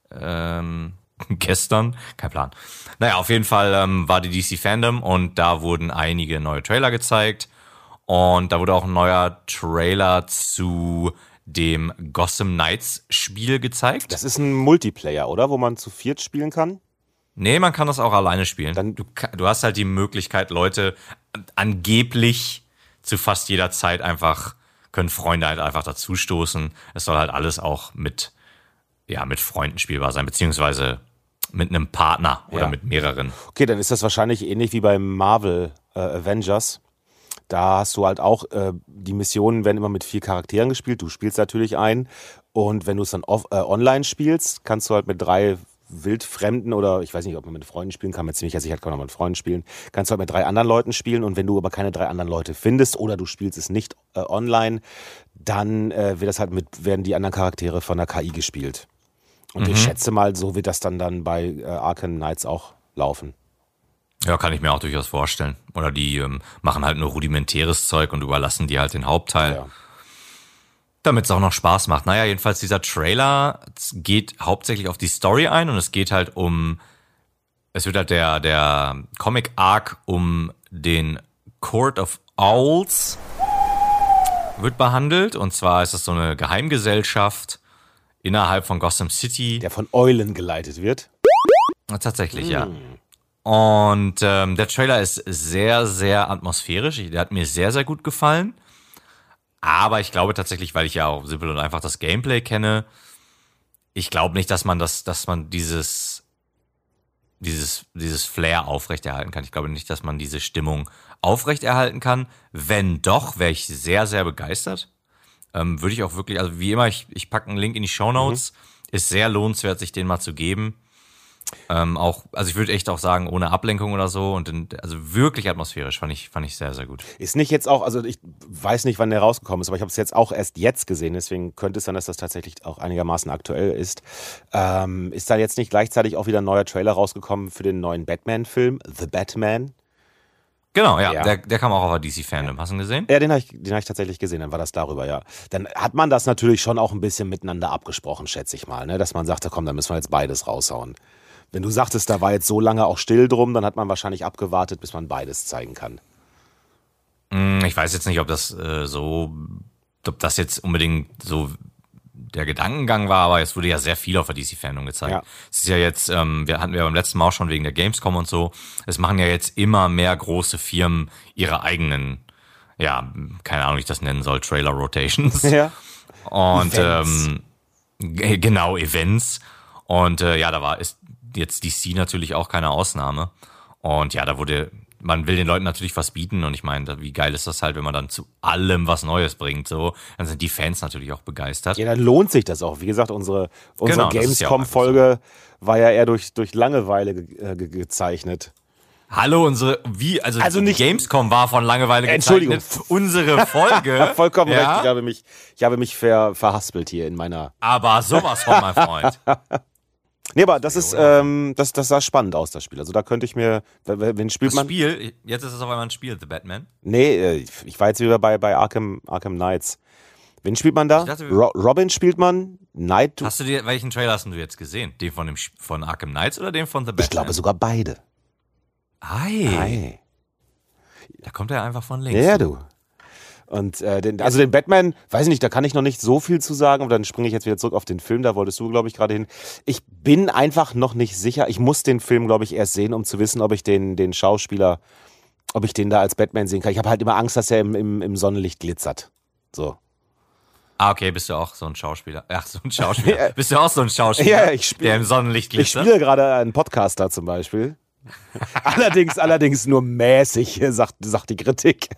ähm, gestern, kein Plan. Naja, auf jeden Fall ähm, war die D C Fandom und da wurden einige neue Trailer gezeigt. Und da wurde auch ein neuer Trailer zu dem Gotham Knights Spiel gezeigt. Das ist ein Multiplayer, oder? Wo man zu viert spielen kann? Nee, man kann das auch alleine spielen. Dann du, du hast halt die Möglichkeit, Leute angeblich zu fast jeder Zeit einfach, können Freunde halt einfach dazustoßen. Es soll halt alles auch mit, ja, mit Freunden spielbar sein, beziehungsweise mit einem Partner oder ja. mit mehreren. Okay, dann ist das wahrscheinlich ähnlich wie beim Marvel äh, Avengers. Da hast du halt auch, äh, die Missionen werden immer mit vier Charakteren gespielt. Du spielst natürlich einen. Und wenn du es dann off, äh, online spielst, kannst du halt mit drei wildfremden oder ich weiß nicht, ob man mit Freunden spielen kann, mit ziemlicher Sicherheit kann man mit Freunden spielen, kannst du halt mit drei anderen Leuten spielen. Und wenn du aber keine drei anderen Leute findest oder du spielst es nicht äh, online, dann äh, wird das halt mit, werden die anderen Charaktere von der K I gespielt. Und Mhm. ich schätze mal, so wird das dann, dann bei äh, Arkham Knights auch laufen. Ja, kann ich mir auch durchaus vorstellen. Oder die ähm, machen halt nur rudimentäres Zeug und überlassen dir halt den Hauptteil. Ja. Damit es auch noch Spaß macht. Naja, jedenfalls dieser Trailer geht hauptsächlich auf die Story ein und es geht halt um, es wird halt der, der Comic-Arc um den Court of Owls wird behandelt. Und zwar ist es so eine Geheimgesellschaft innerhalb von Gotham City. Der von Eulen geleitet wird. Tatsächlich, ja. Und ähm, der Trailer ist sehr, sehr atmosphärisch. Der hat mir sehr, sehr gut gefallen. Aber ich glaube tatsächlich, weil ich ja auch simpel und einfach das Gameplay kenne, ich glaube nicht, dass man das, dass man dieses, dieses, dieses Flair aufrechterhalten kann. Ich glaube nicht, dass man diese Stimmung aufrechterhalten kann. Wenn doch, wäre ich sehr, sehr begeistert. Ähm, würde ich auch wirklich, also wie immer, ich, ich packe einen Link in die Shownotes. Mhm. Ist sehr lohnenswert, sich den mal zu geben. Ähm, auch, also ich würde echt auch sagen, ohne Ablenkung oder so und in, also wirklich atmosphärisch fand ich, fand ich sehr, sehr gut. Ist nicht jetzt auch, also ich weiß nicht, wann der rausgekommen ist, aber ich habe es jetzt auch erst jetzt gesehen, deswegen könnte es sein, dass das tatsächlich auch einigermaßen aktuell ist. Ähm, ist da jetzt nicht gleichzeitig auch wieder ein neuer Trailer rausgekommen für den neuen Batman-Film, The Batman? Genau, ja, Ja. Der, der kam auch auf der D C Fandom. Hast du ihn gesehen? Ja, den habe ich, den hab ich tatsächlich gesehen, dann war das darüber, ja. Dann hat man das natürlich schon auch ein bisschen miteinander abgesprochen, schätze ich mal, ne? Dass man sagte, komm, dann müssen wir jetzt beides raushauen. Wenn du sagtest, da war jetzt so lange auch still drum, dann hat man wahrscheinlich abgewartet, bis man beides zeigen kann. Ich weiß jetzt nicht, ob das äh, so, ob das jetzt unbedingt so der Gedankengang war, aber es wurde ja sehr viel auf der D C Fandom gezeigt. Ja. Es ist ja jetzt, ähm, wir hatten ja beim letzten Mal auch schon wegen der Gamescom und so, es machen ja jetzt immer mehr große Firmen ihre eigenen, ja, keine Ahnung, wie ich das nennen soll, Trailer Rotations. Ja. Und Events. ähm, g- genau, Events. Und äh, ja, da war ist jetzt D C natürlich auch keine Ausnahme. Und ja, da wurde man will den Leuten natürlich was bieten und ich meine, wie geil ist das halt, wenn man dann zu allem was Neues bringt, so, dann sind die Fans natürlich auch begeistert. Ja, dann lohnt sich das auch. Wie gesagt, unsere, unsere Genau, das ist ja auch Gamescom-Folge war ja eher durch, durch Langeweile ge äh, ge gezeichnet. Hallo, unsere, wie, also, Also die nicht- Gamescom war von Langeweile Entschuldigung. gezeichnet. Unsere Folge. Vollkommen ja, recht, ich habe mich, ich habe mich ver, verhaspelt hier in meiner... aber sowas von, mein Freund. Nee, aber das ist, ähm, das, das sah spannend aus, das Spiel. Also da könnte ich mir, wen spielt Das man? Spiel, jetzt ist es auf einmal ein Spiel, The Batman. Nee, äh, ich war jetzt wieder bei, bei Arkham, Arkham Knights. Wen spielt man da? Ich dachte, Ro Robin spielt man? Knight? Hast du dir, welchen Trailer hast du jetzt gesehen? Den von dem Sp- von Arkham Knights oder den von The Batman? Ich glaube sogar beide. Ei, Ei. da kommt er einfach von links. Ja, du. Und äh, den, also den Batman, weiß ich nicht, da kann ich noch nicht so viel zu sagen, aber dann springe ich jetzt wieder zurück auf den Film, da wolltest du, glaube ich, gerade hin. Ich bin einfach noch nicht sicher. Ich muss den Film, glaube ich, erst sehen, um zu wissen, ob ich den, den Schauspieler, ob ich den da als Batman sehen kann. Ich habe halt immer Angst, dass er im, im, im Sonnenlicht glitzert. So. Ah, okay, bist du auch so ein Schauspieler? Ach, so ein Schauspieler. Bist du auch so ein Schauspieler, Ja, ich spiel- der im Sonnenlicht Ich glitzert? spiele gerade einen Podcaster zum Beispiel. allerdings, allerdings nur mäßig, sagt, sagt die Kritik.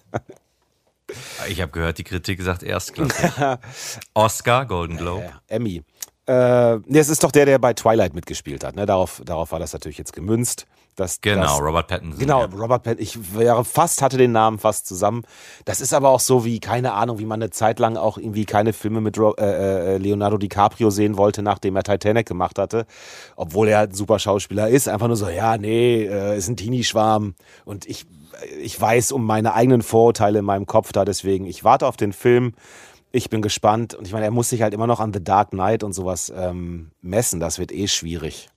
Ich habe gehört, die Kritik sagt erstklassig. Oscar, Golden Globe. Ja, Emmy. Äh, nee, es ist doch der, der bei Twilight mitgespielt hat. Ne? Darauf, darauf war das natürlich jetzt gemünzt. Dass, Genau, dass, Robert Pattinson. Genau, ja. Robert Pattinson. Ich wäre fast, hatte den Namen fast zusammen. Das ist aber auch so wie, keine Ahnung, wie man eine Zeit lang auch irgendwie keine Filme mit Ro äh, äh, Leonardo DiCaprio sehen wollte, nachdem er Titanic gemacht hatte. Obwohl er halt ein super Schauspieler ist. Einfach nur so, ja, nee, äh, ist ein Teenie-Schwarm. Und ich, ich weiß um meine eigenen Vorurteile in meinem Kopf da, deswegen, ich warte auf den Film. Ich bin gespannt. Und ich meine, er muss sich halt immer noch an The Dark Knight und sowas ähm, messen. Das wird eh schwierig.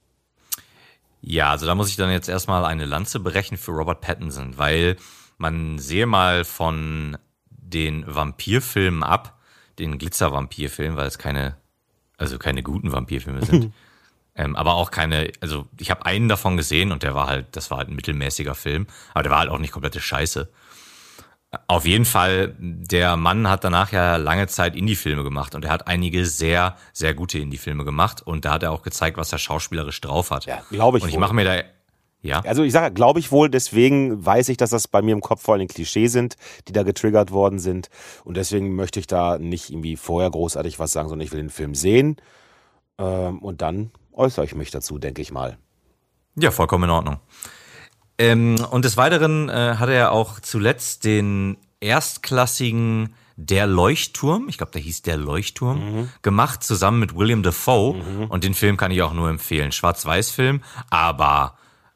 Ja, also da muss ich dann jetzt erstmal eine Lanze brechen für Robert Pattinson, weil man sehe mal von den Vampirfilmen ab, den Glitzer-Vampirfilmen, weil es keine, also keine guten Vampirfilme sind. ähm, aber auch keine, also ich habe einen davon gesehen und der war halt, das war halt ein mittelmäßiger Film, aber der war halt auch nicht komplette Scheiße. Auf jeden Fall, der Mann hat danach ja lange Zeit Indie-Filme gemacht und er hat einige sehr, sehr gute Indie-Filme gemacht und da hat er auch gezeigt, was er schauspielerisch drauf hat. Ja, glaube ich Und ich wohl. mache mir da, ja, Also ich sage, glaube ich wohl, deswegen weiß ich, dass das bei mir im Kopf vor allem Klischees sind, die da getriggert worden sind. Und deswegen möchte ich da nicht irgendwie vorher großartig was sagen, sondern ich will den Film sehen. Ähm, und dann äußere ich mich dazu, denke ich mal. ja, vollkommen in Ordnung. Ähm, und des Weiteren äh, hat er auch zuletzt den erstklassigen Der Leuchtturm, ich glaube, der hieß Der Leuchtturm, mhm. gemacht, zusammen mit William Dafoe. Mhm. Und den Film kann ich auch nur empfehlen. Schwarz-Weiß-Film, aber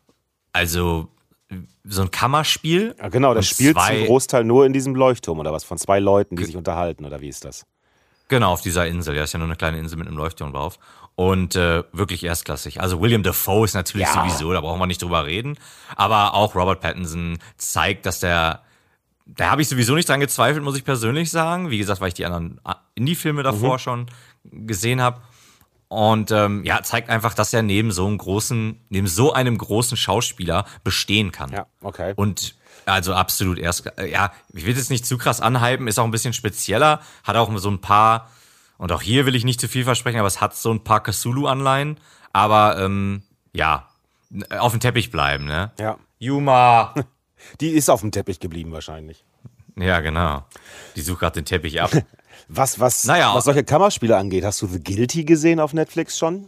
also so ein Kammerspiel. Ja, genau, das und spielt zwei, zum Großteil nur in diesem Leuchtturm oder was, von zwei Leuten, die sich unterhalten, oder wie ist das? Genau, auf dieser Insel. Ja, ist ja nur eine kleine Insel mit einem Leuchtturm drauf. Und äh, wirklich erstklassig. Also William Dafoe ist natürlich Ja. sowieso, da brauchen wir nicht drüber reden. Aber auch Robert Pattinson zeigt, dass der, da habe ich sowieso nicht dran gezweifelt, muss ich persönlich sagen. Wie gesagt, weil ich die anderen Indie-Filme davor mhm. schon gesehen habe. Und ähm, ja, zeigt einfach, dass er neben so einem großen, neben so einem großen Schauspieler bestehen kann. Ja, okay. Und also absolut erst, ja, ich will jetzt nicht zu krass anhypen, ist auch ein bisschen spezieller, hat auch so ein paar, und auch hier will ich nicht zu viel versprechen, aber es hat so ein paar Cthulhu-Anleihen, aber ähm, ja, auf dem Teppich bleiben, ne? Ja. Yuma! Die ist auf dem Teppich geblieben wahrscheinlich. Ja, genau. Die sucht gerade den Teppich ab. Was, was, Naja. was solche Kammerspiele angeht, hast du The Guilty gesehen auf Netflix schon?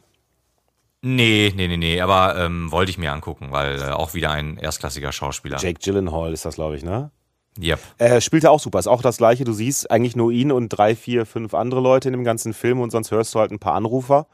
Nee, nee, nee, nee, aber ähm, wollte ich mir angucken, weil äh, auch wieder ein erstklassiger Schauspieler. Jake Gyllenhaal ist das, glaube ich, ne? Yep. Er spielt ja auch super, ist auch das Gleiche. Du siehst eigentlich nur ihn und drei, vier, fünf andere Leute in dem ganzen Film und sonst hörst du halt ein paar Anrufer.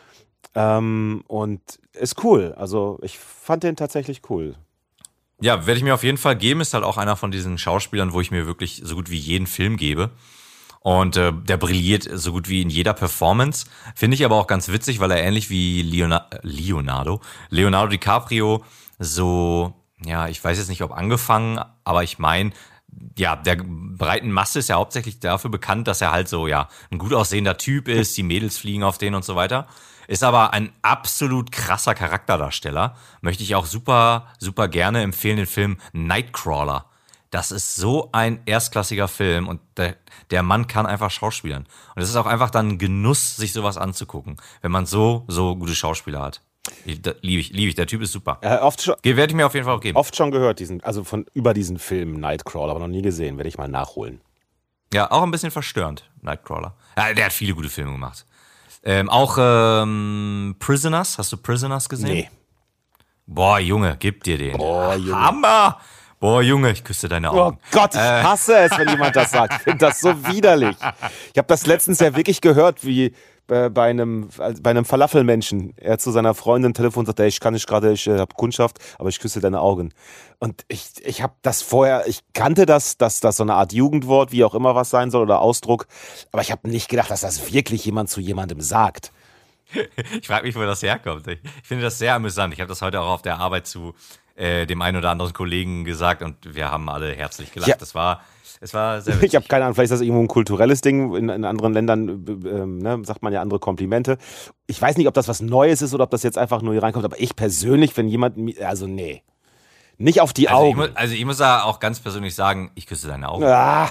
Ähm, und ist cool. Also ich fand den tatsächlich cool. Ja, werde ich mir auf jeden Fall geben. Ist halt auch einer von diesen Schauspielern, wo ich mir wirklich so gut wie jeden Film gebe. Und äh, der brilliert so gut wie in jeder Performance. Finde ich aber auch ganz witzig, weil er ähnlich wie Leona- Leonardo, Leonardo DiCaprio so, ja, ich weiß jetzt nicht, ob angefangen, aber ich meine, ja, der breiten Masse ist ja hauptsächlich dafür bekannt, dass er halt so, ja, ein gut aussehender Typ ist, die Mädels fliegen auf den und so weiter. Ist aber ein absolut krasser Charakterdarsteller. Möchte ich auch super, super gerne empfehlen, den Film Nightcrawler. Das ist so ein erstklassiger Film und der, der Mann kann einfach schauspielern. Und es ist auch einfach dann ein Genuss, sich sowas anzugucken, wenn man so, so gute Schauspieler hat. Liebe ich, liebe ich. Der Typ ist super. Äh, oft schon, Werde ich mir auf jeden Fall auch geben. oft schon gehört, diesen, also von über diesen Film Nightcrawler, aber noch nie gesehen. Werde ich mal nachholen. Ja, auch ein bisschen verstörend, Nightcrawler. Ja, der hat viele gute Filme gemacht. Ähm, auch ähm, Prisoners, hast du Prisoners gesehen? Nee. Boah, Junge, gib dir den. Boah, Junge. Hammer! Boah, Junge, ich küsse deine Oh Augen. Gott, ich hasse es, wenn jemand das sagt. Ich finde das so widerlich. Ich habe das letztens ja wirklich gehört, wie äh, bei einem, äh, bei einem Falafelmenschen. Er zu seiner Freundin am Telefon sagt, ey, ich kann nicht gerade, ich äh, habe Kundschaft, aber ich küsse deine Augen. Und ich, ich habe das vorher, ich kannte das, dass das so eine Art Jugendwort, wie auch immer was sein soll oder Ausdruck, aber ich habe nicht gedacht, dass das wirklich jemand zu jemandem sagt. Ich frage mich, wo das herkommt. Ich finde das sehr amüsant. Ich habe das heute auch auf der Arbeit zu äh, dem einen oder anderen Kollegen gesagt und wir haben alle herzlich gelacht. Ja. Das war, es war sehr witzig. Ich habe keine Ahnung, vielleicht ist das irgendwo ein kulturelles Ding. In, in anderen Ländern äh, äh, ne, sagt man ja andere Komplimente. Ich weiß nicht, ob das was Neues ist oder ob das jetzt einfach nur hier reinkommt, aber ich persönlich, wenn jemand, mi- also nee, nicht auf die Also ich, Augen. muss, also ich muss da auch ganz persönlich sagen, ich küsse deine Augen. Ah,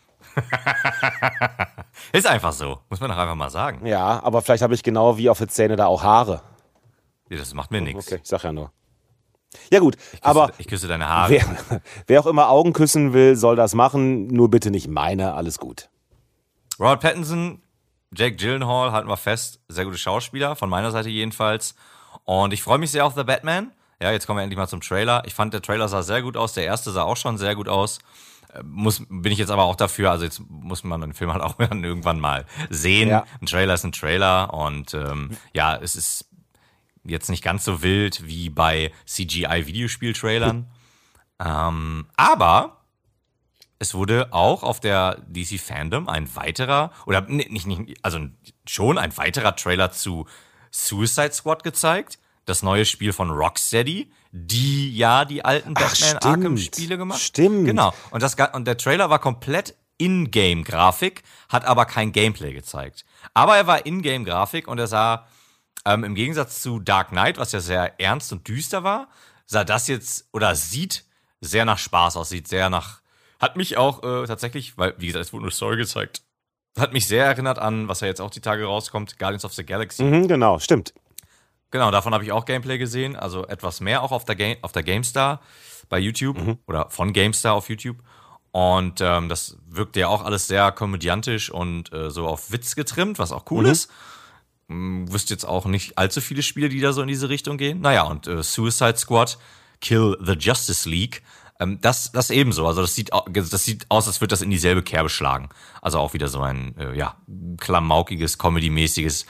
Ist einfach so, muss man doch einfach mal sagen. ja, aber vielleicht habe ich genau wie auf den Zähnen da auch Haare. Nee, das macht mir nichts. Okay, ich sag ja nur. Ja gut, Ich küsse, aber ich küsse deine Haare. wer, wer auch immer Augen küssen will, soll das machen. Nur bitte nicht meine, alles gut. Robert Pattinson, Jake Gyllenhaal, halten wir fest, sehr gute Schauspieler, von meiner Seite jedenfalls. Und ich freue mich sehr auf The Batman. Ja, jetzt kommen wir endlich mal zum Trailer. Ich fand, der Trailer sah sehr gut aus, der erste sah auch schon sehr gut aus. Äh, Muss, bin ich jetzt aber auch dafür, also jetzt muss man den Film halt auch dann irgendwann mal sehen. Ja. Ein Trailer ist ein Trailer und ähm, ja, es ist jetzt nicht ganz so wild wie bei C G I-Videospiel-Trailern. ähm, aber es wurde auch auf der D C Fandom ein weiterer, oder nee, nicht, nicht, also schon ein weiterer Trailer zu Suicide Squad gezeigt. Das neue Spiel von Rocksteady, die ja die alten Ach, Batman stimmt. Arkham-Spiele gemacht. Stimmt. Genau. Und, das, und der Trailer war komplett In-Game-Grafik, hat aber kein Gameplay gezeigt. Aber er war In-Game-Grafik und er sah ähm, im Gegensatz zu Dark Knight, was ja sehr ernst und düster war, sah das jetzt oder sieht sehr nach Spaß aus, sieht sehr nach. Hat mich auch äh, tatsächlich, weil, wie gesagt, es wurde eine Story gezeigt, hat mich sehr erinnert an, was ja jetzt auch die Tage rauskommt, Guardians of the Galaxy. Mhm, genau, stimmt. Genau, davon habe ich auch Gameplay gesehen, also etwas mehr auch auf der, Game, auf der GameStar bei YouTube oder von GameStar auf YouTube. Und ähm, das wirkte ja auch alles sehr komödiantisch und äh, so auf Witz getrimmt, was auch cool ist. Hm, wüsste jetzt auch nicht allzu viele Spiele, die da so in diese Richtung gehen. Naja, und äh, Suicide Squad, Kill the Justice League, ähm, das, das ebenso. Also das sieht, au- das sieht aus, als würde das in dieselbe Kerbe schlagen. Also auch wieder so ein, äh, ja, klamaukiges, comedy-mäßiges,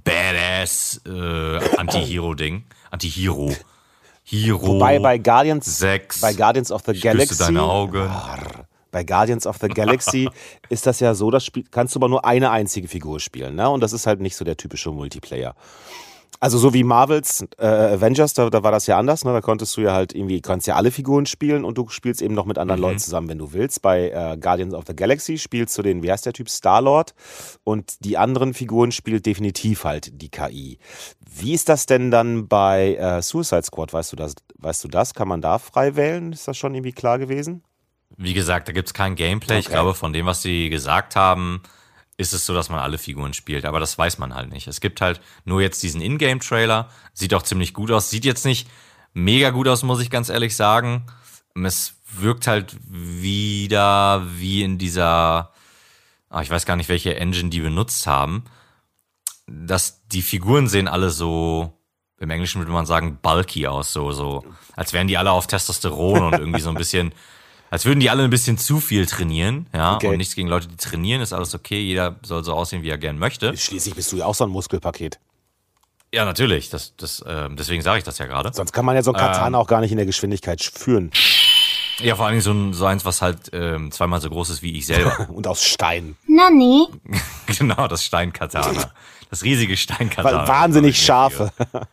badass äh, Anti-Hero-Ding. Anti-Hero. Hero. Wobei bei Guardians, sechs. bei Guardians of the Ich küsse Galaxy, deine Augen. bei Guardians of the Galaxy ist das ja so, das Spiel kannst du aber nur eine einzige Figur spielen, ne? Und das ist halt nicht so der typische Multiplayer. Also so wie Marvels äh, Avengers, da, da war das ja anders, ne? Da konntest du ja halt irgendwie, kannst ja alle Figuren spielen und du spielst eben noch mit anderen Leuten zusammen, wenn du willst. Bei äh, Guardians of the Galaxy spielst du den, wie heißt der Typ, Star-Lord, und die anderen Figuren spielt definitiv halt die K I. Wie ist das denn dann bei äh, Suicide Squad, weißt du das? Weißt du das? Kann man da frei wählen? Ist das schon irgendwie klar gewesen? Wie gesagt, da gibt's kein Gameplay. Ich Okay. glaube, von dem, was sie gesagt haben, ist es so, dass man alle Figuren spielt. Aber das weiß man halt nicht. Es gibt halt nur jetzt diesen Ingame-Trailer. Sieht auch ziemlich gut aus. Sieht jetzt nicht mega gut aus, muss ich ganz ehrlich sagen. Es wirkt halt wieder wie in dieser, ah, ich weiß gar nicht, welche Engine die benutzt haben. Dass die Figuren sehen alle so, im Englischen würde man sagen, bulky aus. So, so, als wären die alle auf Testosteron und irgendwie so ein bisschen, als würden die alle ein bisschen zu viel trainieren, ja, Okay. und nichts gegen Leute, die trainieren, ist alles okay, jeder soll so aussehen, wie er gern möchte. Schließlich bist du ja auch so ein Muskelpaket. Ja, natürlich, das, das, ähm, deswegen sage ich das ja gerade. Sonst kann man ja so ein Katana auch gar nicht in der Geschwindigkeit führen. Ja, vor allen Dingen so, ein, so eins, was halt ähm, zweimal so groß ist wie ich selber. Und aus Stein. Nani? Genau, das Steinkatana. Das riesige Steinkatana. Wahnsinnig scharfe.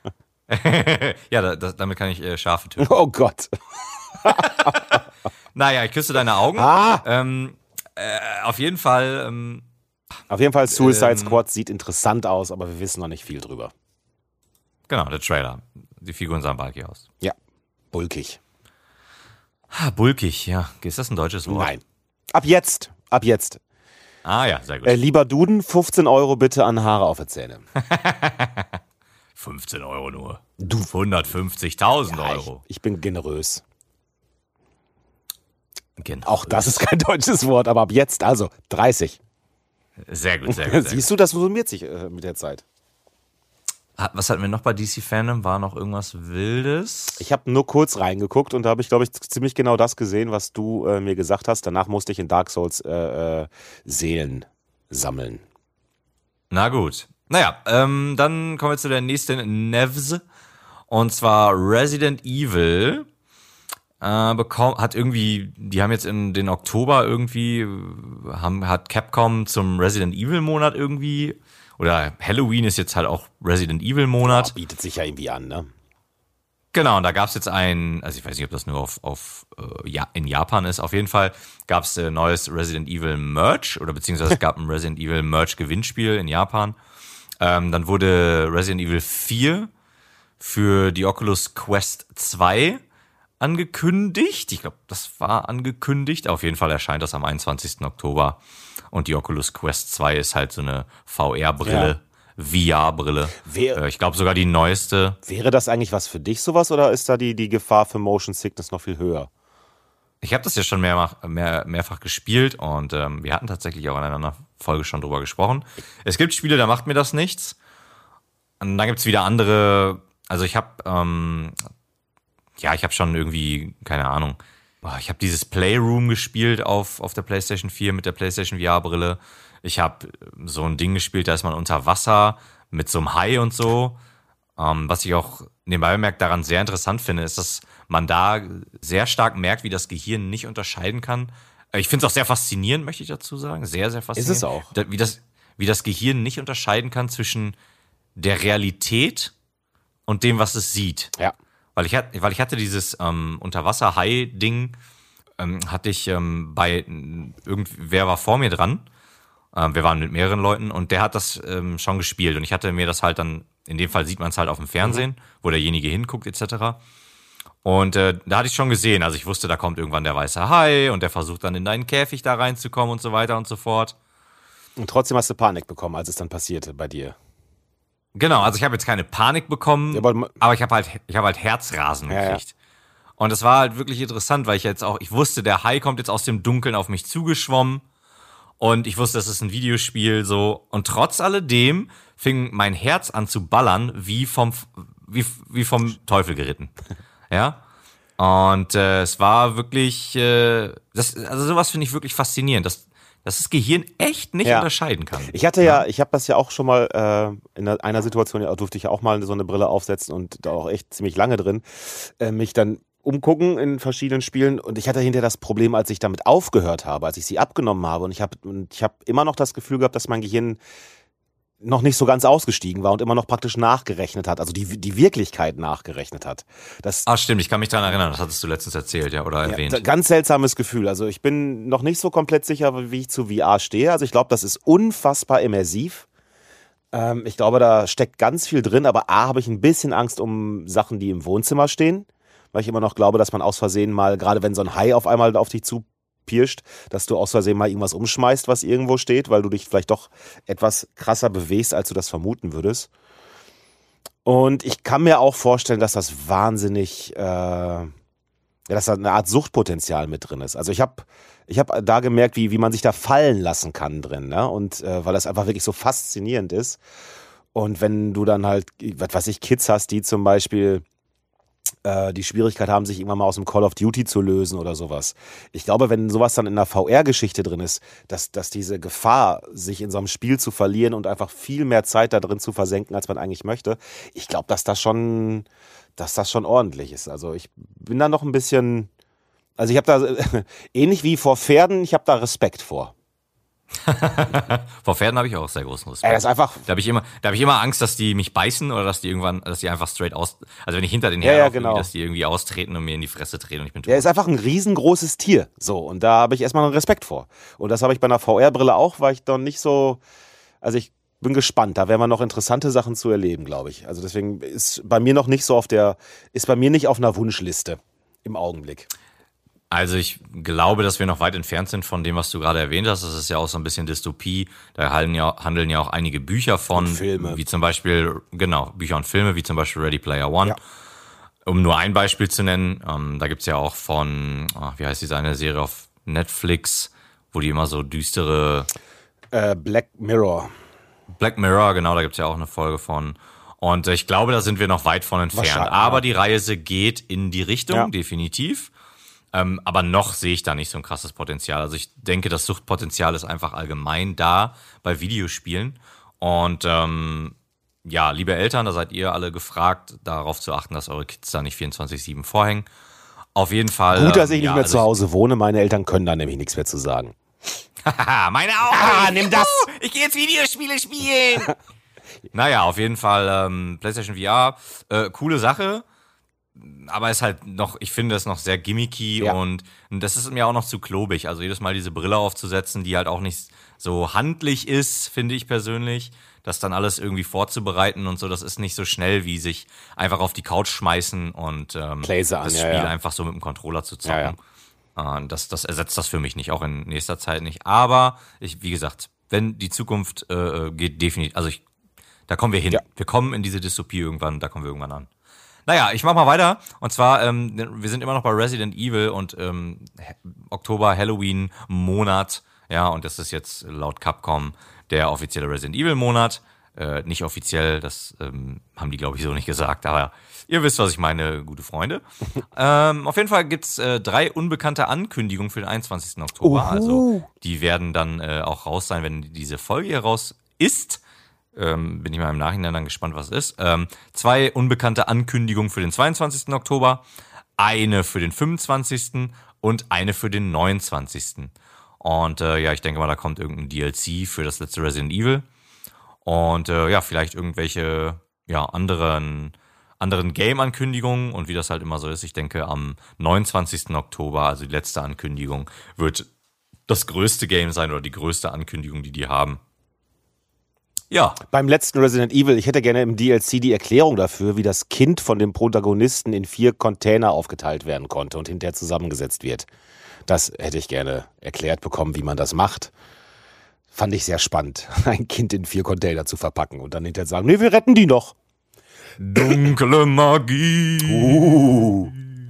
Ja, da, da, damit kann ich äh, Schafe töten. Oh Gott. Naja, ich küsse deine Augen. Ah. Ähm, äh, auf jeden Fall, ähm, Auf jeden Fall, Suicide Ähm. Squad sieht interessant aus, aber wir wissen noch nicht viel drüber. genau, der Trailer. Die Figuren sahen bulky aus. Ja, bulkig. Ah, bulkig, ja. Ist das ein deutsches Wort? Nein. Ab jetzt, ab jetzt. Ah ja, sehr gut. Äh, lieber Duden, fünfzehn Euro bitte an Haare auf die Zähne. fünfzehn Euro nur. Du. hundertfünfzigtausend Ja, Euro. Ich, ich bin generös. Genau. Auch das ist kein deutsches Wort, aber ab jetzt, also dreißig. Sehr gut, sehr gut. Sehr Siehst du, das summiert sich äh, mit der Zeit. gut. Was hatten wir noch bei D C Fandom? War noch irgendwas Wildes? Ich habe nur kurz reingeguckt und da habe ich, glaube ich, ziemlich genau das gesehen, was du äh, mir gesagt hast. Danach musste ich in Dark Souls äh, äh, Seelen sammeln. Na gut. Naja, ähm, dann kommen wir zu der nächsten Nevs. Und zwar Resident Evil. Äh, bekommen, hat irgendwie, die haben jetzt in den Oktober irgendwie, haben, hat Capcom zum Resident Evil Monat irgendwie, oder Halloween ist jetzt halt auch Resident Evil Monat. Ja, bietet sich ja irgendwie an, ne? Genau, und da gab's jetzt ein, also ich weiß nicht, ob das nur auf, auf äh, ja, in Japan ist, auf jeden Fall gab's äh, neues Resident Evil Merch, oder beziehungsweise es gab ein Resident Evil Merch Gewinnspiel in Japan. Ähm, dann wurde Resident Evil vier für die Oculus Quest zwei angekündigt. Ich glaube, das war angekündigt. Auf jeden Fall erscheint das am einundzwanzigsten Oktober. Und die Oculus Quest zwei ist halt so eine V R-Brille, V R-Brille. Wer- Äh, ich glaube sogar die neueste. Wäre das eigentlich was für dich sowas oder ist da die, die Gefahr für Motion Sickness noch viel höher? Ich habe das ja schon mehrfach, mehr, mehrfach gespielt und ähm, wir hatten tatsächlich auch in einer Folge schon drüber gesprochen. Es gibt Spiele, da macht mir das nichts. Und dann gibt's wieder andere, also ich habe, ähm, ja, ich habe schon irgendwie, keine Ahnung, boah, ich habe dieses Playroom gespielt auf, auf der PlayStation vier mit der PlayStation V R-Brille. Ich habe so ein Ding gespielt, da ist man unter Wasser mit so einem Hai und so. Ähm, was ich auch nebenbei bemerkt daran sehr interessant finde, ist, dass man da sehr stark merkt, wie das Gehirn nicht unterscheiden kann. Ich finde es auch sehr faszinierend, möchte ich dazu sagen. Sehr, sehr faszinierend. Ist es auch. Da- Wie das, wie das Gehirn nicht unterscheiden kann zwischen der Realität und dem, was es sieht. Ja. Weil ich hatte, weil ich hatte dieses ähm, Unterwasser-Hai-Ding, ähm, hatte ich ähm, bei irgendwer war vor mir dran. Ähm, wir waren mit mehreren Leuten und der hat das ähm, schon gespielt und ich hatte mir das halt dann, in dem Fall sieht man es halt auf dem Fernsehen, wo derjenige hinguckt et cetera. Und äh, da hatte ich schon gesehen, also ich wusste, da kommt irgendwann der weiße Hai und der versucht dann in deinen Käfig da reinzukommen und so weiter und so fort. Und trotzdem hast du Panik bekommen, als es dann passierte bei dir. Genau, also ich habe jetzt keine Panik bekommen, Ja, aber- aber ich habe halt, ich habe halt Herzrasen Ja, gekriegt. Und es war halt wirklich interessant, weil ich jetzt auch, ich wusste, der Hai kommt jetzt aus dem Dunkeln auf mich zugeschwommen und ich wusste, das ist ein Videospiel so. Und trotz alledem fing mein Herz an zu ballern, wie vom, wie, wie vom Teufel geritten. Ja. Und äh, es war wirklich, äh, das, also sowas finde ich wirklich faszinierend, dass, dass das Gehirn echt nicht Ja. unterscheiden kann. Ich hatte ja, ich habe das ja auch schon mal äh, in einer Situation, ja, durfte ich ja auch mal so eine Brille aufsetzen und da auch echt ziemlich lange drin, äh, mich dann umgucken in verschiedenen Spielen und ich hatte hinterher das Problem, als ich damit aufgehört habe, als ich sie abgenommen habe und ich habe ich habe immer noch das Gefühl gehabt, dass mein Gehirn noch nicht so ganz ausgestiegen war und immer noch praktisch nachgerechnet hat, also die, die Wirklichkeit nachgerechnet hat. Das Ah, stimmt, ich kann mich daran erinnern, das hattest du letztens erzählt, ja, oder Ja, erwähnt. da- ganz seltsames Gefühl. Also ich bin noch nicht so komplett sicher, wie ich zu V R stehe. Also ich glaube, das ist unfassbar immersiv. Ähm, ich glaube, da steckt ganz viel drin, aber A, habe ich ein bisschen Angst um Sachen, die im Wohnzimmer stehen, weil ich immer noch glaube, dass man aus Versehen mal, gerade wenn so ein Hai auf einmal auf dich zupirscht, dass du aus Versehen mal irgendwas umschmeißt, was irgendwo steht, weil du dich vielleicht doch etwas krasser bewegst, als du das vermuten würdest. Und ich kann mir auch vorstellen, dass das wahnsinnig, äh, ja, dass da eine Art Suchtpotenzial mit drin ist. Also ich habe ich hab da gemerkt, wie, wie man sich da fallen lassen kann drin, ne? Und äh, weil das einfach wirklich so faszinierend ist. Und wenn du dann halt, was weiß ich, Kids hast, die zum Beispiel äh, die Schwierigkeit haben, sich irgendwann mal aus dem Call of Duty zu lösen oder sowas. Ich glaube, wenn sowas dann in einer V R-Geschichte drin ist, dass, dass diese Gefahr, sich in so einem Spiel zu verlieren und einfach viel mehr Zeit da drin zu versenken, als man eigentlich möchte, ich glaube, dass das schon, dass das schon ordentlich ist. Also ich bin da noch ein bisschen, also ich habe da, ähnlich wie vor Pferden, ich habe da Respekt vor. Vor Pferden habe ich auch sehr großen Respekt. Ey, das ist einfach, Da habe ich immer, da habe ich immer Angst, dass die mich beißen oder dass die irgendwann, dass die einfach straight aus, also wenn ich hinter den Ja, ja, herlaufe, genau. irgendwie, dass die irgendwie austreten und mir in die Fresse treten und ich bin tot. er ist einfach ein riesengroßes Tier. So, und da habe ich erstmal einen Respekt vor. Und das habe ich bei einer V R-Brille auch, weil ich doch nicht so, also ich bin gespannt, da werden wir noch interessante Sachen zu erleben, glaube ich. Also deswegen ist bei mir noch nicht so auf der, ist bei mir nicht auf einer Wunschliste im Augenblick. Also ich glaube, dass wir noch weit entfernt sind von dem, was du gerade erwähnt hast. Das ist ja auch so ein bisschen Dystopie. Da handeln ja, handeln ja auch einige Bücher von. Und Filme. Wie zum Beispiel, genau, Bücher und Filme, wie zum Beispiel Ready Player One. Ja. Um nur ein Beispiel zu nennen, ähm, da gibt's ja auch von, oh, wie heißt diese eine Serie auf Netflix, wo die immer so düstere... Äh, Black Mirror. Black Mirror, genau, da gibt's ja auch eine Folge von. Und ich glaube, da sind wir noch weit von entfernt. Wahrscheinlich, Aber ja. die Reise geht in die Richtung, Ja. definitiv. Ähm, aber noch sehe ich da nicht so ein krasses Potenzial. Also ich denke, das Suchtpotenzial ist einfach allgemein da bei Videospielen. Und ähm, ja, liebe Eltern, da seid ihr alle gefragt, darauf zu achten, dass eure Kids da nicht vierundzwanzig sieben vorhängen. Auf jeden Fall. Gut, dass ich ähm, nicht ja, mehr also zu Hause wohne. Meine Eltern können da nämlich nichts mehr zu sagen. Haha, meine auch. Ah, nimm das. Juhu, ich gehe jetzt Videospiele spielen. Naja, auf jeden Fall ähm, PlayStation V R, äh, coole Sache. Aber ist halt noch, ich finde es noch sehr gimmicky Ja. und das ist mir auch noch zu klobig. Also jedes Mal diese Brille aufzusetzen, die halt auch nicht so handlich ist, finde ich persönlich. Das dann alles irgendwie vorzubereiten und so, das ist nicht so schnell, wie sich einfach auf die Couch schmeißen und ähm, Playse an, das ja, Spiel ja. einfach so mit dem Controller zu zocken. Ja, Äh, Das, das ersetzt das für mich nicht, auch in nächster Zeit nicht. Aber ich, wie gesagt, wenn die Zukunft äh, geht, definitiv, also ich, da kommen wir hin. Ja. Wir kommen in diese Dystopie irgendwann, da kommen wir irgendwann an. Naja, ich mach mal weiter. Und zwar, ähm, wir sind immer noch bei Resident Evil und ähm, He- Oktober, Halloween-Monat. Ja, und das ist jetzt laut Capcom der offizielle Resident Evil-Monat. Äh, nicht offiziell, das ähm, haben die, glaube ich, so nicht gesagt. Aber ihr wisst, was ich meine, gute Freunde. ähm, auf jeden Fall gibt's äh, drei unbekannte Ankündigungen für den einundzwanzigsten Oktober. Uhu. Also die werden dann äh, auch raus sein, wenn diese Folge hier raus ist. Ähm, bin ich mal im Nachhinein dann gespannt, was es ist. Ähm, zwei unbekannte Ankündigungen für den zweiundzwanzigsten Oktober, eine für den fünfundzwanzigsten und eine für den neunundzwanzigsten Und äh, ja, ich denke mal, da kommt irgendein D L C für das letzte Resident Evil. Und äh, ja, vielleicht irgendwelche ja, anderen, anderen Game-Ankündigungen und wie das halt immer so ist. Ich denke, am neunundzwanzigsten Oktober, also die letzte Ankündigung, wird das größte Game sein oder die größte Ankündigung, die die haben. Ja, Beim letzten Resident Evil, ich hätte gerne im D L C die Erklärung dafür, wie das Kind von dem Protagonisten in vier Container aufgeteilt werden konnte und hinterher zusammengesetzt wird. Das hätte ich gerne erklärt bekommen, wie man das macht. Fand ich sehr spannend, ein Kind in vier Container zu verpacken und dann hinterher sagen, nee, wir retten die noch. dunkle Magie. Uh.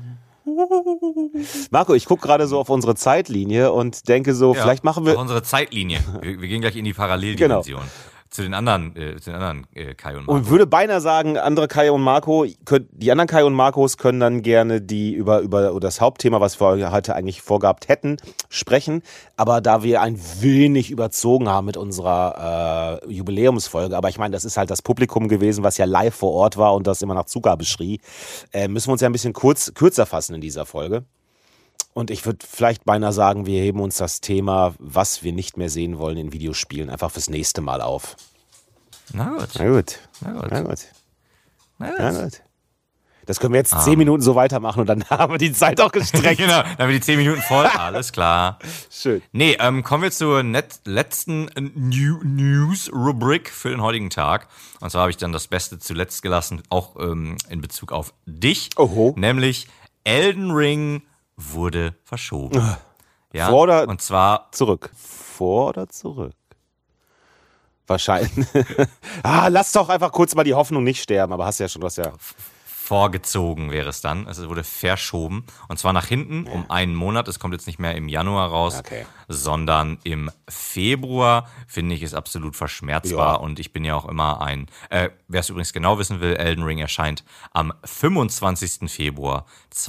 Marco, ich gucke gerade so auf unsere Zeitlinie und denke so, Ja, vielleicht machen auf wir... unsere Zeitlinie. Wir, wir gehen gleich in die Paralleldimension. Zu den anderen, äh, zu den anderen äh, Kai und Marco. Und würde beinahe sagen, andere Kai und Marco, könnt, die anderen Kai und Marcos können dann gerne die über, über das Hauptthema, was wir heute eigentlich vorgehabt hätten, sprechen. Aber da wir ein wenig überzogen haben mit unserer äh, Jubiläumsfolge, aber ich meine, das ist halt das Publikum gewesen, was ja live vor Ort war und das immer nach Zugabe schrie, äh, müssen wir uns ja ein bisschen kurz, kürzer fassen in dieser Folge. Und ich würde vielleicht beinahe sagen, wir heben uns das Thema, was wir nicht mehr sehen wollen in Videospielen, einfach fürs nächste Mal auf. Na gut. Na gut. Na gut. Na gut. Na gut. Na gut. Das können wir jetzt zehn Minuten so weitermachen und dann haben wir die Zeit auch gestreckt. Genau, dann haben wir die zehn Minuten voll. Alles klar. Schön. Nee, ähm, kommen wir zur net letzten äh, New News-Rubrik für den heutigen Tag. Und zwar habe ich dann das Beste zuletzt gelassen, auch ähm, in Bezug auf dich. Oho. Nämlich Elden Ring wurde verschoben. Ja, Vor oder- und zwar Zurück. Vor oder zurück? Wahrscheinlich. ah, lass doch einfach kurz mal die Hoffnung nicht sterben, aber hast ja schon, du hast ja. vorgezogen wäre es dann. Also es wurde verschoben. Und zwar nach hinten um einen Monat. Es kommt jetzt nicht mehr im Januar raus, Okay. sondern im Februar. Finde ich, ist absolut verschmerzbar. Ja. Und ich bin ja auch immer ein, äh, wer es übrigens genau wissen will, Elden Ring erscheint am fünfundzwanzigsten Februar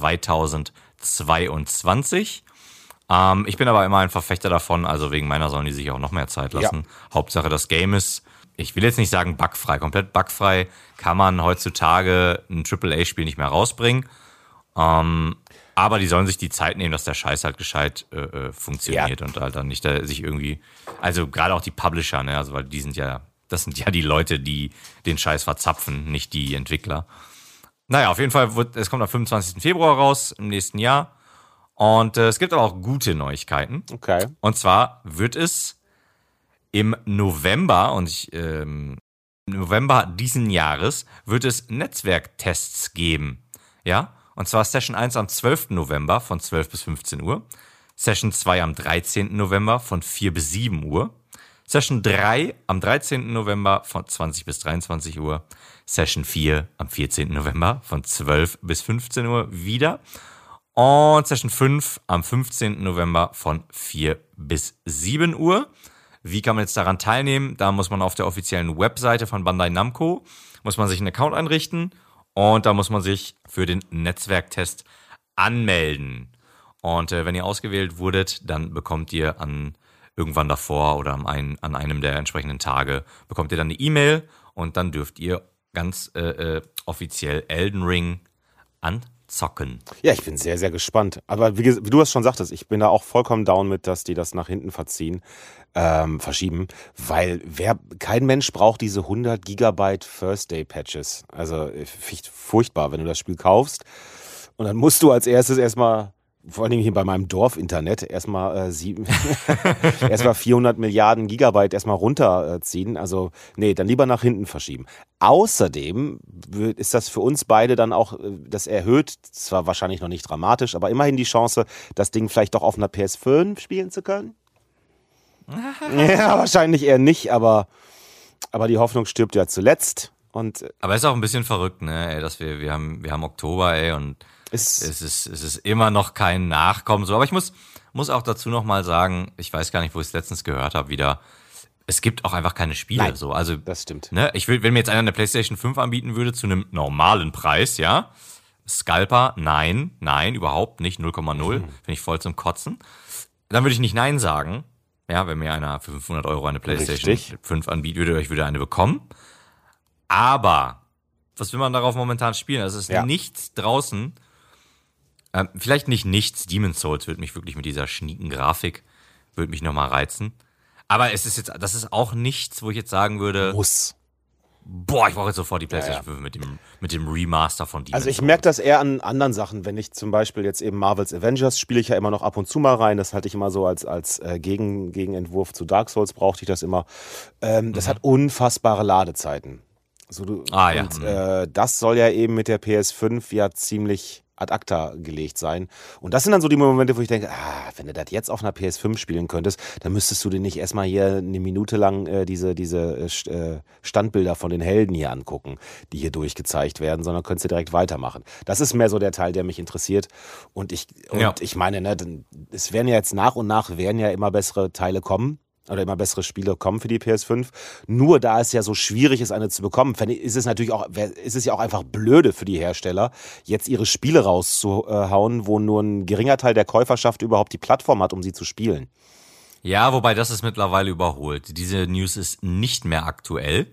zweitausendzweiundzwanzig. Ähm, ich bin aber immer ein Verfechter davon, also wegen meiner sollen die sich auch noch mehr Zeit lassen. Hauptsache das Game ist, ich will jetzt nicht sagen bugfrei, komplett bugfrei kann man heutzutage ein Triple A Spiel nicht mehr rausbringen. Ähm, aber die sollen sich die Zeit nehmen, dass der Scheiß halt gescheit äh, äh, funktioniert Ja. und halt dann nicht da sich irgendwie, also gerade auch die Publisher, ne, also weil die sind ja, das sind ja die Leute, die den Scheiß verzapfen, nicht die Entwickler. Naja, auf jeden Fall, wird, es kommt am fünfundzwanzigsten Februar raus im nächsten Jahr. Und äh, es gibt aber auch gute Neuigkeiten. Okay. Und zwar wird es im November, und ich, ähm, im November diesen Jahres, wird es Netzwerktests geben. Ja? Und zwar Session eins am zwölften November von zwölf bis fünfzehn Uhr. Session zwei am dreizehnten November von vier bis sieben Uhr. Session drei am dreizehnten November von zwanzig bis dreiundzwanzig Uhr. Session vier am vierzehnten November von zwölf bis fünfzehn Uhr wieder. Und Session fünf am fünfzehnten November von vier bis sieben Uhr. Wie kann man jetzt daran teilnehmen? Da muss man auf der offiziellen Webseite von Bandai Namco, muss man sich einen Account einrichten und da muss man sich für den Netzwerktest anmelden. Und äh, wenn ihr ausgewählt wurdet, dann bekommt ihr an irgendwann davor oder an, ein, an einem der entsprechenden Tage, bekommt ihr dann eine E-Mail und dann dürft ihr ganz äh, äh, offiziell Elden Ring anzocken. Ja, ich bin sehr, sehr gespannt. Aber wie, wie du es schon sagtest, ich bin da auch vollkommen down mit, dass die das nach hinten verziehen, ähm, verschieben, weil wer, kein Mensch braucht diese hundert Gigabyte First-Day-Patches. Also furchtbar, wenn du das Spiel kaufst und dann musst du als erstes erstmal, vor allen Dingen hier bei meinem Dorf-Internet, erstmal äh, sieben, erstmal vierhundert Milliarden Gigabyte erstmal runterziehen. Also, nee, dann lieber nach hinten verschieben. Außerdem ist das für uns beide dann auch, das erhöht, zwar wahrscheinlich noch nicht dramatisch, aber immerhin die Chance, das Ding vielleicht doch auf einer P S fünf spielen zu können. Ja, wahrscheinlich eher nicht, aber, aber die Hoffnung stirbt ja zuletzt. Und aber ist auch ein bisschen verrückt, ne, ey, dass wir, wir haben, wir haben Oktober, ey, und es ist, es ist immer noch kein Nachkommen, so. Aber ich muss, muss auch dazu noch mal sagen, ich weiß gar nicht, wo ich es letztens gehört habe, wieder, es gibt auch einfach keine Spiele, Nein, so. Also, das stimmt. Ne, ich will, wenn mir jetzt einer eine PlayStation fünf anbieten würde, zu einem normalen Preis, ja, Scalper, nein, nein, überhaupt nicht, null Komma null, hm. Finde ich voll zum Kotzen. Dann würde ich nicht nein sagen, ja, wenn mir einer für fünfhundert Euro eine PlayStation Richtig. fünf anbieten würde, ich würde eine bekommen. Aber, was will man darauf momentan spielen? Also es ist ja. nichts draußen. Ähm, vielleicht nicht nichts. Demon's Souls wird mich wirklich mit dieser schnieken Grafik, würde mich nochmal reizen. Aber es ist jetzt, das ist auch nichts, wo ich jetzt sagen würde, muss. Boah, ich brauche jetzt sofort die PlayStation ja, ja. fünf mit dem, mit dem Remaster von Demon's Also ich Souls. merke das eher an anderen Sachen, wenn ich zum Beispiel jetzt eben Marvel's Avengers spiele ich ja immer noch ab und zu mal rein, das halte ich immer so als, als äh, Gegen, Gegenentwurf zu Dark Souls, brauchte ich das immer. Ähm, das mhm. hat unfassbare Ladezeiten. So, du, ah, ja. Und äh, das soll ja eben mit der P S fünf ja ziemlich ad acta gelegt sein. Und das sind dann so die Momente, wo ich denke, ah, wenn du das jetzt auf einer P S fünf spielen könntest, dann müsstest du dir nicht erstmal hier eine Minute lang äh, diese, diese äh, Standbilder von den Helden hier angucken, die hier durchgezeigt werden, sondern könntest du direkt weitermachen. Das ist mehr so der Teil, der mich interessiert. Und ich, und ja. ich meine, ne, es werden ja jetzt nach und nach werden ja immer bessere Teile kommen. Oder immer bessere Spiele kommen für die P S fünf. Nur da es ja so schwierig ist, eine zu bekommen, ist es natürlich auch, ist es ja auch einfach blöde für die Hersteller, jetzt ihre Spiele rauszuhauen, wo nur ein geringer Teil der Käuferschaft überhaupt die Plattform hat, um sie zu spielen. Ja, wobei das ist mittlerweile überholt. Diese News ist nicht mehr aktuell.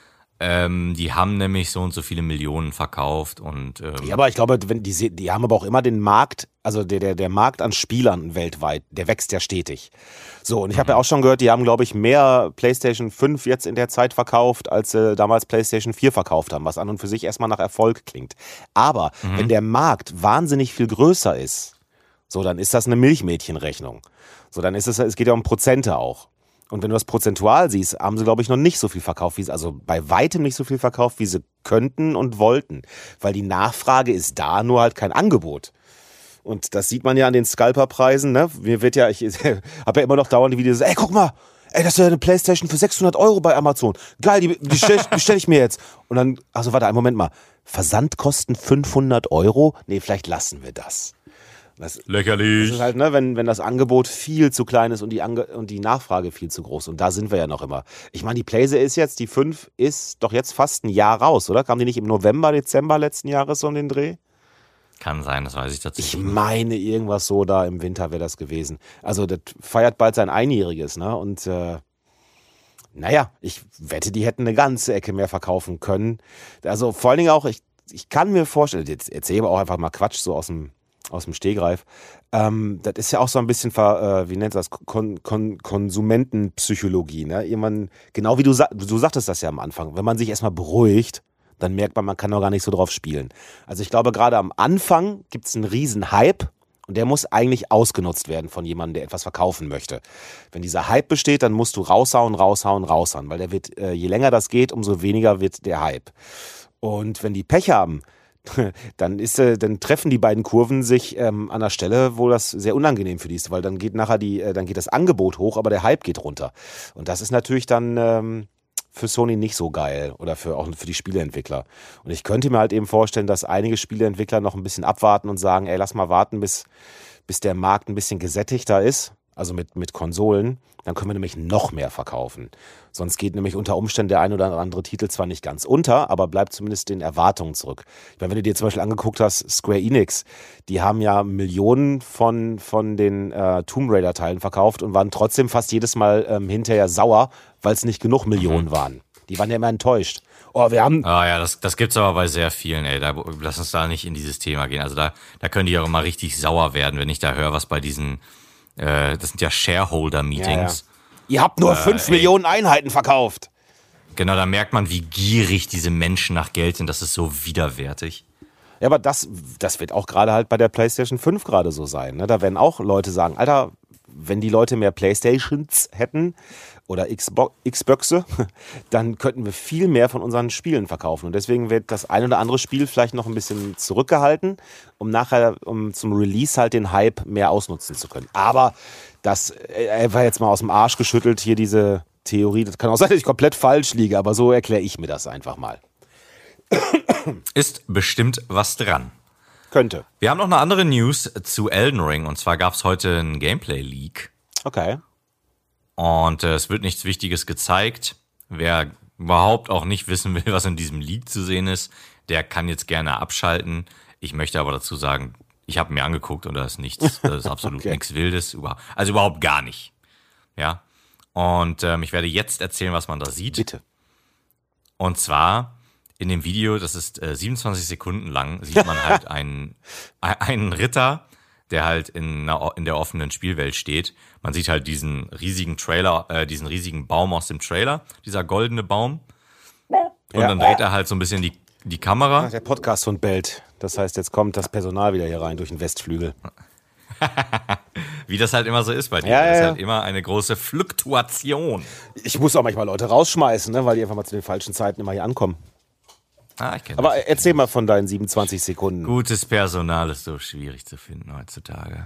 Ähm, die haben nämlich so und so viele Millionen verkauft und ähm ja, aber ich glaube, wenn die, die haben aber auch immer den Markt, also der, der, der Markt an Spielern weltweit, der wächst ja stetig. So, und ich mhm. habe ja auch schon gehört, die haben, glaube ich, mehr PlayStation fünf jetzt in der Zeit verkauft, als sie damals PlayStation vier verkauft haben, was an und für sich erstmal nach Erfolg klingt. Aber mhm. wenn der Markt wahnsinnig viel größer ist, so, dann ist das eine Milchmädchenrechnung. So, dann ist es, es geht ja um Prozente auch. Und wenn du das prozentual siehst, haben sie, glaube ich, noch nicht so viel verkauft, wie sie, also bei weitem nicht so viel verkauft, wie sie könnten und wollten. Weil die Nachfrage ist da, nur halt kein Angebot. Und das sieht man ja an den Scalper-Preisen, ne? Mir wird ja, ich habe ja immer noch dauernde Videos, ey, guck mal, ey, das ist ja eine PlayStation für sechshundert Euro bei Amazon. Geil, die bestelle bestell ich mir jetzt. Und dann, also warte, einen Moment mal, Versandkosten fünfhundert Euro? Nee, vielleicht lassen wir das. Das, Lächerlich. Das ist halt, ne, wenn, wenn das Angebot viel zu klein ist und die, Ange- und die Nachfrage viel zu groß. Und da sind wir ja noch immer. Ich meine, die PlayStation ist jetzt, die fünf ist doch jetzt fast ein Jahr raus, oder? Kam die nicht im November, Dezember letzten Jahres so um den Dreh? Kann sein, das weiß ich tatsächlich Ich nicht. meine, irgendwas so da im Winter wäre das gewesen. Also das feiert bald sein Einjähriges, ne? Und äh, naja, ich wette, die hätten eine ganze Ecke mehr verkaufen können. Also vor allen Dingen auch, ich, ich kann mir vorstellen, jetzt erzähle ich aber auch einfach mal Quatsch so aus dem aus dem Stehgreif. Ähm, das ist ja auch so ein bisschen, ver, äh, wie nennt das, Kon- Kon- Konsumentenpsychologie. Ne? Jemand, genau wie du, sa- du sagtest das ja am Anfang, wenn man sich erstmal beruhigt, dann merkt man, man kann doch gar nicht so drauf spielen. Also ich glaube, gerade am Anfang gibt es einen riesen Hype und der muss eigentlich ausgenutzt werden von jemandem, der etwas verkaufen möchte. Wenn dieser Hype besteht, dann musst du raushauen, raushauen, raushauen, weil der wird, äh, je länger das geht, umso weniger wird der Hype. Und wenn die Pech haben, dann ist, äh, dann treffen die beiden Kurven sich ähm, an einer Stelle, wo das sehr unangenehm für die ist, weil dann geht nachher die, äh, dann geht das Angebot hoch, aber der Hype geht runter. Und das ist natürlich dann ähm, für Sony nicht so geil oder für auch für die Spieleentwickler. Und ich könnte mir halt eben vorstellen, dass einige Spieleentwickler noch ein bisschen abwarten und sagen, ey, lass mal warten, bis, bis der Markt ein bisschen gesättigter ist, also mit, mit Konsolen, dann können wir nämlich noch mehr verkaufen. Sonst geht nämlich unter Umständen der ein oder andere Titel zwar nicht ganz unter, aber bleibt zumindest den Erwartungen zurück. Ich meine, wenn du dir zum Beispiel angeguckt hast, Square Enix, die haben ja Millionen von, von den äh, Tomb Raider-Teilen verkauft und waren trotzdem fast jedes Mal ähm, hinterher sauer, weil es nicht genug Millionen mhm. waren. Die waren ja immer enttäuscht. Oh, wir haben. Ah ja, das, das gibt's aber bei sehr vielen, ey. Da, lass uns da nicht in dieses Thema gehen. Also da, da können die auch immer richtig sauer werden, wenn ich da höre, was bei diesen, äh, das sind ja Shareholder-Meetings. Ja, ja. Ihr habt nur fünf äh, Millionen Einheiten verkauft. Genau, da merkt man, wie gierig diese Menschen nach Geld sind. Das ist so widerwärtig. Ja, aber das, das wird auch gerade halt bei der PlayStation fünf gerade so sein. Ne? Da werden auch Leute sagen, Alter, wenn die Leute mehr PlayStations hätten oder Xbox, Xboxe, dann könnten wir viel mehr von unseren Spielen verkaufen. Und deswegen wird das ein oder andere Spiel vielleicht noch ein bisschen zurückgehalten, um nachher um zum Release halt den Hype mehr ausnutzen zu können. Aber das äh, war jetzt mal aus dem Arsch geschüttelt, hier diese Theorie. Das kann auch sein, dass ich komplett falsch liege, aber so erkläre ich mir das einfach mal. Ist bestimmt was dran. Könnte. Wir haben noch eine andere News zu Elden Ring. Und zwar gab es heute einen Gameplay-Leak. Okay. Und äh, es wird nichts Wichtiges gezeigt. Wer überhaupt auch nicht wissen will, was in diesem Leak zu sehen ist, der kann jetzt gerne abschalten. Ich möchte aber dazu sagen, ich habe mir angeguckt und da ist nichts, das ist absolut okay. nichts Wildes. Also überhaupt gar nicht. Ja. Und ähm, ich werde jetzt erzählen, was man da sieht. Bitte. Und zwar in dem Video, das ist äh, siebenundzwanzig Sekunden lang, sieht man halt einen, einen Ritter, der halt in, einer, in der offenen Spielwelt steht. Man sieht halt diesen riesigen Trailer, äh, diesen riesigen Baum aus dem Trailer, dieser goldene Baum. Und ja. dann dreht er halt so ein bisschen die, die Kamera. Ach, der Podcast von bellt. Das heißt, jetzt kommt das Personal wieder hier rein durch den Westflügel. Wie das halt immer so ist bei dir. Ja, ja, das ist ja. halt immer eine große Fluktuation. Ich muss auch manchmal Leute rausschmeißen, ne, weil die einfach mal zu den falschen Zeiten immer hier ankommen. Ah, ich kenn Aber das. erzähl mal von deinen siebenundzwanzig Sekunden. Gutes Personal ist so schwierig zu finden heutzutage.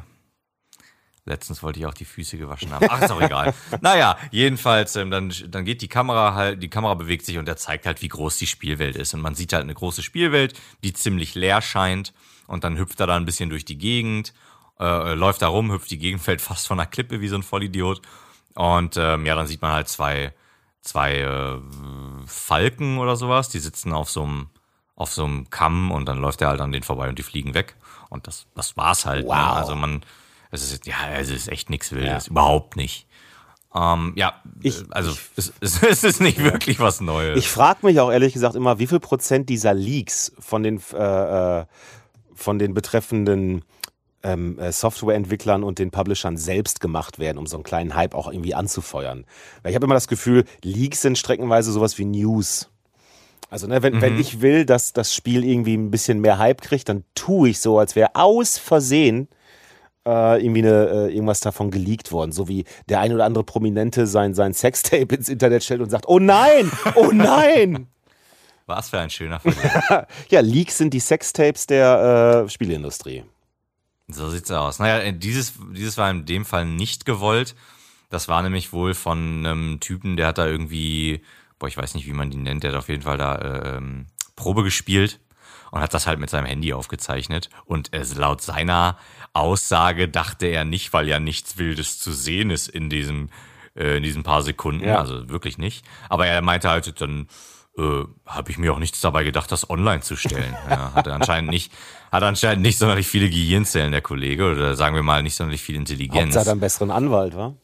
Letztens wollte ich auch die Füße gewaschen haben. Ach, ist doch egal. Naja, jedenfalls, ähm, dann, dann geht die Kamera halt, die Kamera bewegt sich und der zeigt halt, wie groß die Spielwelt ist. Und man sieht halt eine große Spielwelt, die ziemlich leer scheint. Und dann hüpft er da ein bisschen durch die Gegend, äh, läuft da rum, hüpft die Gegend, fällt fast von der Klippe wie so ein Vollidiot. Und ähm, ja, dann sieht man halt zwei, zwei äh, Falken oder sowas, die sitzen auf so einem auf so einem Kamm und dann läuft er halt an denen vorbei und die fliegen weg. Und das, das war's halt. Wow. Ne? Also man, es ist, ja, es ist echt nichts Wildes, Ja. überhaupt nicht. Ähm, ja, Ich- also ich- es, es, es ist nicht wirklich was Neues. Ich frage mich auch ehrlich gesagt immer, wie viel Prozent dieser Leaks von den, äh, äh, von den betreffenden ähm, äh, Softwareentwicklern und den Publishern selbst gemacht werden, um so einen kleinen Hype auch irgendwie anzufeuern. Weil ich habe immer das Gefühl, Leaks sind streckenweise sowas wie News. Also ne, wenn, Mhm. wenn ich will, dass das Spiel irgendwie ein bisschen mehr Hype kriegt, dann tue ich so, als wäre aus Versehen äh, irgendwie eine, äh, irgendwas davon geleakt worden. So wie der ein oder andere Prominente sein, sein Sextape ins Internet stellt und sagt, oh nein, oh nein. Was für ein schöner Vergleich. Ja, Leaks sind die Sextapes der äh, Spieleindustrie. So sieht's aus. Naja, dieses, dieses war in dem Fall nicht gewollt. Das war nämlich wohl von einem Typen, der hat da irgendwie, boah, ich weiß nicht, wie man die nennt, der hat auf jeden Fall da äh, ähm, Probe gespielt und hat das halt mit seinem Handy aufgezeichnet. Und äh, laut seiner Aussage dachte er nicht, weil ja nichts Wildes zu sehen ist in diesem, äh, in diesen paar Sekunden, Ja. also wirklich nicht. Aber er meinte halt, dann äh, habe ich mir auch nichts dabei gedacht, das online zu stellen. Ja, hat er anscheinend nicht, hat anscheinend nicht sonderlich viele Gehirnzellen, der Kollege, oder sagen wir mal nicht sonderlich viel Intelligenz. Hauptsache hat er einen besseren Anwalt, wa?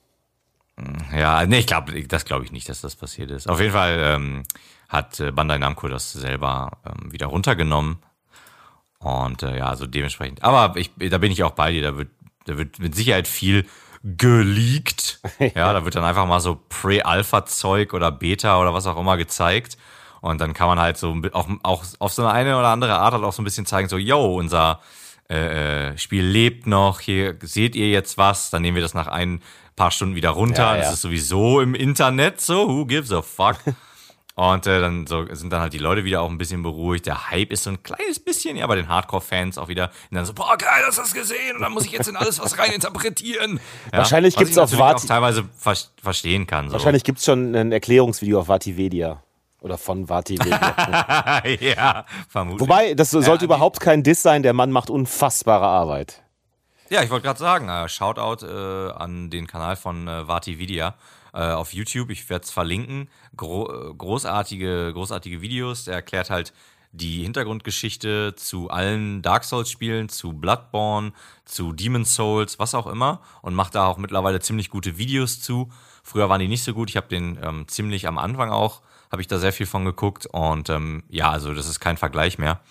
Ja, nee, ich glaube, das glaube ich nicht, dass das passiert ist. Auf jeden Fall ähm, hat äh, Bandai Namco das selber ähm, wieder runtergenommen. Und äh, ja, also dementsprechend. Aber ich, da bin ich auch bei dir, da wird, da wird mit Sicherheit viel geleakt. Ja, da wird dann einfach mal so Pre-Alpha-Zeug oder Beta oder was auch immer gezeigt. Und dann kann man halt so auch, auch auf so eine, eine oder andere Art halt auch so ein bisschen zeigen, so, yo, unser äh, Spiel lebt noch, hier seht ihr jetzt was, dann nehmen wir das nach ein paar Stunden wieder runter. Ja, ja. Das ist sowieso im Internet so, who gives a fuck? Und äh, dann so sind dann halt die Leute wieder auch ein bisschen beruhigt. Der Hype ist so ein kleines bisschen, ja, bei den Hardcore-Fans auch wieder. Und dann so, boah, geil, hast du das gesehen? Und dann muss ich jetzt in alles was rein interpretieren. Ja, Wahrscheinlich was gibt's ich auf natürlich Vati- auch teilweise ver verstehen kann. So. Wahrscheinlich gibt es schon ein Erklärungsvideo auf Vativedia. Oder von Vativedia. Ja, vermutlich. Wobei, das sollte Ja, die- überhaupt kein Diss sein. Der Mann macht unfassbare Arbeit. Ja, ich wollte gerade sagen, äh, Shoutout äh, an den Kanal von äh, Vatividia äh, auf YouTube. Ich werde es verlinken. Gro äh, großartige, großartige Videos. Der erklärt halt die Hintergrundgeschichte zu allen Dark Souls-Spielen, zu Bloodborne, zu Demon's Souls, was auch immer. Und macht da auch mittlerweile ziemlich gute Videos zu. Früher waren die nicht so gut. Ich habe den ähm, ziemlich am Anfang auch, habe ich da sehr viel von geguckt. Und ähm, ja, also das ist kein Vergleich mehr.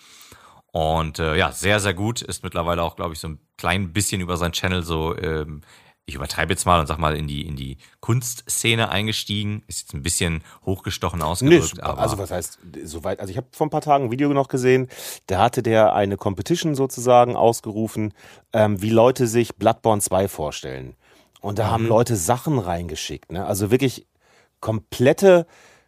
Und äh, ja, sehr, sehr gut. Ist mittlerweile auch, glaube ich, so ein klein bisschen über seinen Channel so, ähm, ich übertreibe jetzt mal und sag mal, in die, in die Kunstszene eingestiegen. Ist jetzt ein bisschen hochgestochen ausgedrückt. Nee, aber also was heißt, soweit, also ich habe vor ein paar Tagen ein Video noch gesehen, da hatte der eine Competition sozusagen ausgerufen, ähm, wie Leute sich Bloodborne zwei vorstellen. Und da haben Leute Sachen reingeschickt, ne? Also wirklich komplette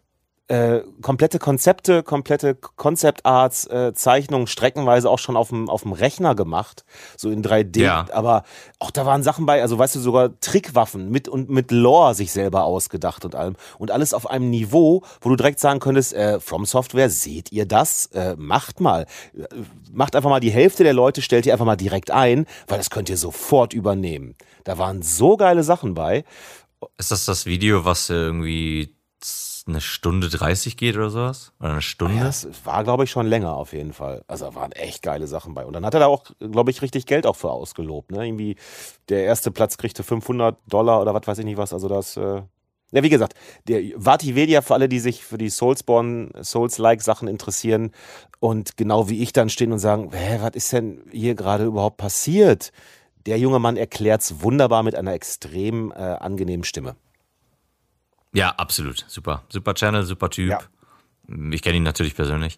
Äh, komplette Konzepte, komplette Concept Arts, äh, Zeichnungen, streckenweise auch schon auf dem auf dem Rechner gemacht, so in drei D. Ja. Aber auch da waren Sachen bei, also weißt du, sogar Trickwaffen mit und mit Lore sich selber ausgedacht und allem. Und alles auf einem Niveau, wo du direkt sagen könntest, äh, From Software, seht ihr das? Äh, macht mal. Äh, macht einfach mal die Hälfte der Leute, stellt ihr einfach mal direkt ein, weil das könnt ihr sofort übernehmen. Da waren so geile Sachen bei. ist das das Video, was irgendwie eine Stunde dreißig geht oder sowas? Oder eine Stunde? Ja, das war, glaube ich, schon länger auf jeden Fall. Also da waren echt geile Sachen bei. Und dann hat er da auch, glaube ich, richtig Geld auch für ausgelobt. Ne? Irgendwie der erste Platz kriegte fünfhundert Dollar oder was weiß ich nicht was. Also das, äh ja, wie gesagt, der Vativedia für alle, die sich für die Soulsborne, Souls-like Sachen interessieren und genau wie ich dann stehen und sagen, hä, was ist denn hier gerade überhaupt passiert? Der junge Mann erklärt's wunderbar mit einer extrem äh, angenehmen Stimme. Ja, absolut. Super. Super Channel, super Typ. Ja. Ich kenne ihn natürlich persönlich.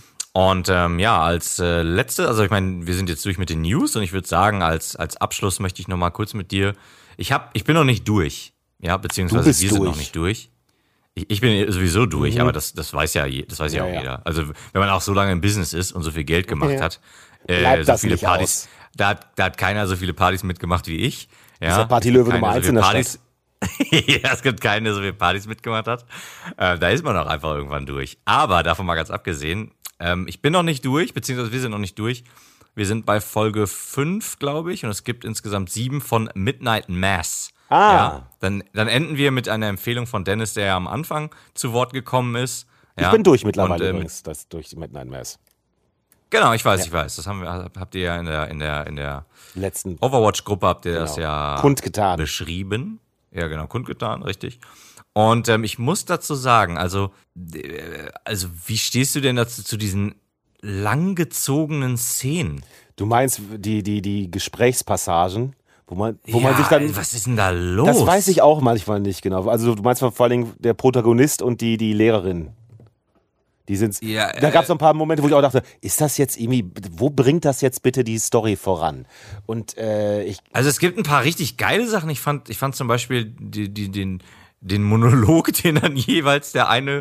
Und ähm, ja, als äh, letzte, also ich meine, wir sind jetzt durch mit den News und ich würde sagen, als, als Abschluss möchte ich nochmal kurz mit dir, ich hab, ich bin noch nicht durch, ja, beziehungsweise Du bist wir sind durch. noch nicht durch. Ich, ich bin sowieso durch, aber das, das weiß ja, je- das weiß ja, Ja, auch ja. jeder. Also wenn man auch so lange im Business ist und so viel Geld gemacht Ja. hat, äh, Bleibt so das viele nicht Partys, aus. da hat, da hat keiner so viele Partys mitgemacht wie ich. Ja, Ist der Partylöwe Keiner Nummer so eins viele in der Partys, ja, es gibt keinen, der so viele Partys mitgemacht hat. Äh, da ist man auch einfach irgendwann durch. Aber davon mal ganz abgesehen, ähm, ich bin noch nicht durch, beziehungsweise wir sind noch nicht durch. Wir sind bei Folge fünf, glaube ich, und es gibt insgesamt sieben von Midnight Mass. Ah. Ja, dann, dann enden wir mit einer Empfehlung von Dennis, der ja am Anfang zu Wort gekommen ist. Ja, Ich bin durch mittlerweile und, ähm, übrigens, das durch die Midnight Mass. Genau, ich weiß, ich weiß. Das haben wir, habt ihr ja in der, in der, in der Letzten Overwatch-Gruppe habt ihr das Genau. ja Kundgetan. beschrieben. Ja, genau, kundgetan, richtig. Und ähm, ich muss dazu sagen, also, äh, also wie stehst du denn dazu zu diesen langgezogenen Szenen? Du meinst die, die, die Gesprächspassagen, wo man, wo ja, man sich dann. was ist denn da los? Das weiß ich auch manchmal nicht genau. Also du meinst vor allen Dingen der Protagonist und die, die Lehrerin. Die sind. Ja, da gab es ein paar Momente, wo ich auch dachte, ist das jetzt irgendwie, wo bringt das jetzt bitte die Story voran? Und äh, ich. Also es gibt ein paar richtig geile Sachen. Ich fand, ich fand zum Beispiel die, die, den, den Monolog, den dann jeweils der eine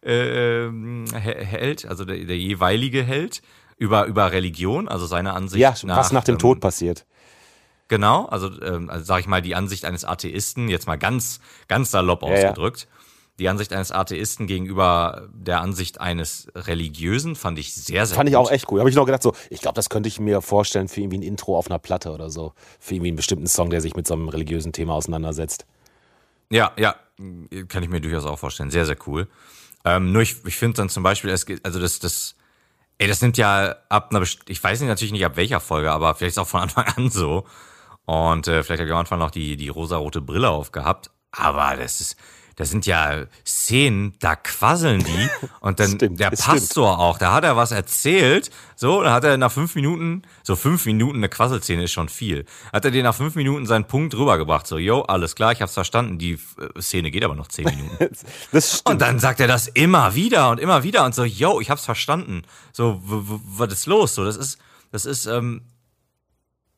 äh, ähm, hält, also der, der jeweilige hält, über, über Religion, also seine Ansicht Ja, nach, was nach dem ähm, Tod passiert. Genau, also, ähm, also sag ich mal, die Ansicht eines Atheisten, jetzt mal ganz, ganz salopp Ja, ja. ausgedrückt. Die Ansicht eines Atheisten gegenüber der Ansicht eines Religiösen fand ich sehr, sehr Fand ich gut. auch echt cool. Habe ich noch gedacht, so, ich glaube, das könnte ich mir vorstellen für irgendwie ein Intro auf einer Platte oder so. Für irgendwie einen bestimmten Song, der sich mit so einem religiösen Thema auseinandersetzt. Ja, ja, kann ich mir durchaus auch vorstellen. Sehr, sehr cool. Ähm, nur ich, ich finde dann zum Beispiel, es geht, also das, das, ey, das nimmt ja ab einer, best- ich weiß nicht, natürlich nicht ab welcher Folge, aber vielleicht auch von Anfang an so. Und äh, vielleicht habe ich am Anfang noch die, die rosarote Brille aufgehabt. Aber das ist, das sind ja Szenen, da quasseln die. Und dann, Stimmt, der es Pastor auch, da hat er was erzählt. So, dann hat er nach fünf Minuten, so fünf Minuten, eine Quasselszene ist schon viel. Hat er dir nach fünf Minuten seinen Punkt rübergebracht. So, yo, alles klar, ich hab's verstanden. Die äh, Szene geht aber noch zehn Minuten. Das stimmt. Und dann sagt er das immer wieder und immer wieder und so, yo, ich hab's verstanden. So, w- w- was ist los? So, das ist, das ist, ähm,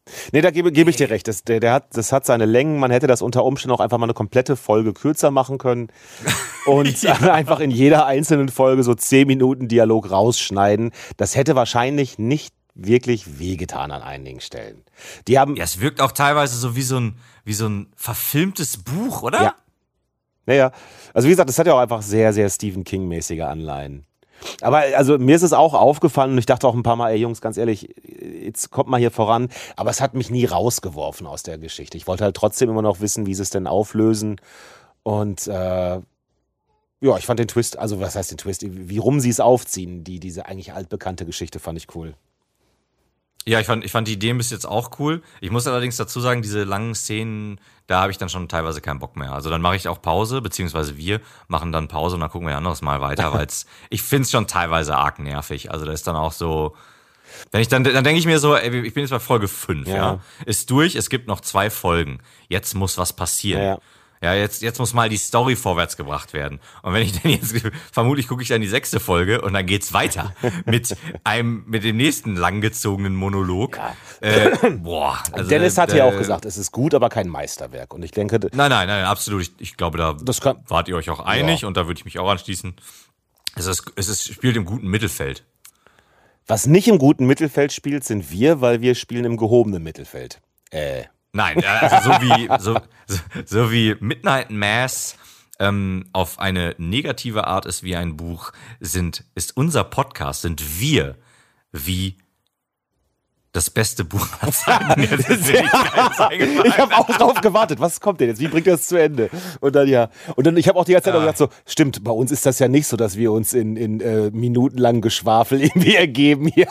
Nee, da gebe, gebe ich dir recht. Das, der, der hat, das hat seine Längen. Man hätte das unter Umständen auch einfach mal eine komplette Folge kürzer machen können und ja. einfach in jeder einzelnen Folge so zehn Minuten Dialog rausschneiden. Das hätte wahrscheinlich nicht wirklich wehgetan an einigen Stellen. Die haben, Ja, es wirkt auch teilweise so wie so ein, wie so ein verfilmtes Buch, oder? Ja. Naja, also wie gesagt, das hat ja auch einfach sehr, sehr Stephen King-mäßige Anleihen. Aber also mir ist es auch aufgefallen und ich dachte auch ein paar Mal, ey Jungs, ganz ehrlich, jetzt kommt mal hier voran. Aber es hat mich nie rausgeworfen aus der Geschichte. Ich wollte halt trotzdem immer noch wissen, wie sie es denn auflösen. Und äh, ja, ich fand den Twist, also was heißt den Twist, wie rum sie es aufziehen, die, diese eigentlich altbekannte Geschichte, fand ich cool. Ja, ich fand, ich fand die Ideen bis jetzt auch cool. Ich muss allerdings dazu sagen, diese langen Szenen, da habe ich dann schon teilweise keinen Bock mehr. Also dann mache ich auch Pause, beziehungsweise wir machen dann Pause und dann gucken wir ein anderes Mal weiter, weil ich finde es schon teilweise arg nervig. Also da ist dann auch so, wenn ich dann, dann denke ich mir so, ey, ich bin jetzt bei Folge fünf, ja. ja, ist durch, es gibt noch zwei Folgen. Jetzt muss was passieren. Ja, ja. Ja, jetzt, jetzt muss mal die Story vorwärts gebracht werden. Und wenn ich dann jetzt, vermutlich gucke ich dann die sechste Folge und dann geht's weiter mit einem, mit dem nächsten langgezogenen Monolog. Ja. Äh, boah. Also, Dennis hat äh, ja auch gesagt, es ist gut, aber kein Meisterwerk. Und ich denke, Nein, nein, nein, absolut. Ich, ich glaube, da das kann, wart ihr euch auch einig ja. und da würde ich mich auch anschließen. Es ist, es ist, spielt im guten Mittelfeld. Was nicht im guten Mittelfeld spielt, sind wir, weil wir spielen im gehobenen Mittelfeld. Äh. Nein, also so wie, so, so, so wie Midnight Mass ähm, auf eine negative Art ist wie ein Buch, sind, ist unser Podcast, sind wir wie das beste Buch aller Zeiten. Jetzt ist mir nichts eingefallen. Ich habe auch drauf gewartet. Was kommt denn jetzt? Wie bringt er das zu Ende? Und dann ja. Und dann, ich habe auch die ganze Zeit Ja. auch gedacht, so, stimmt, bei uns ist das ja nicht so, dass wir uns in, in äh, minutenlangen Geschwafel irgendwie ergeben. Ja.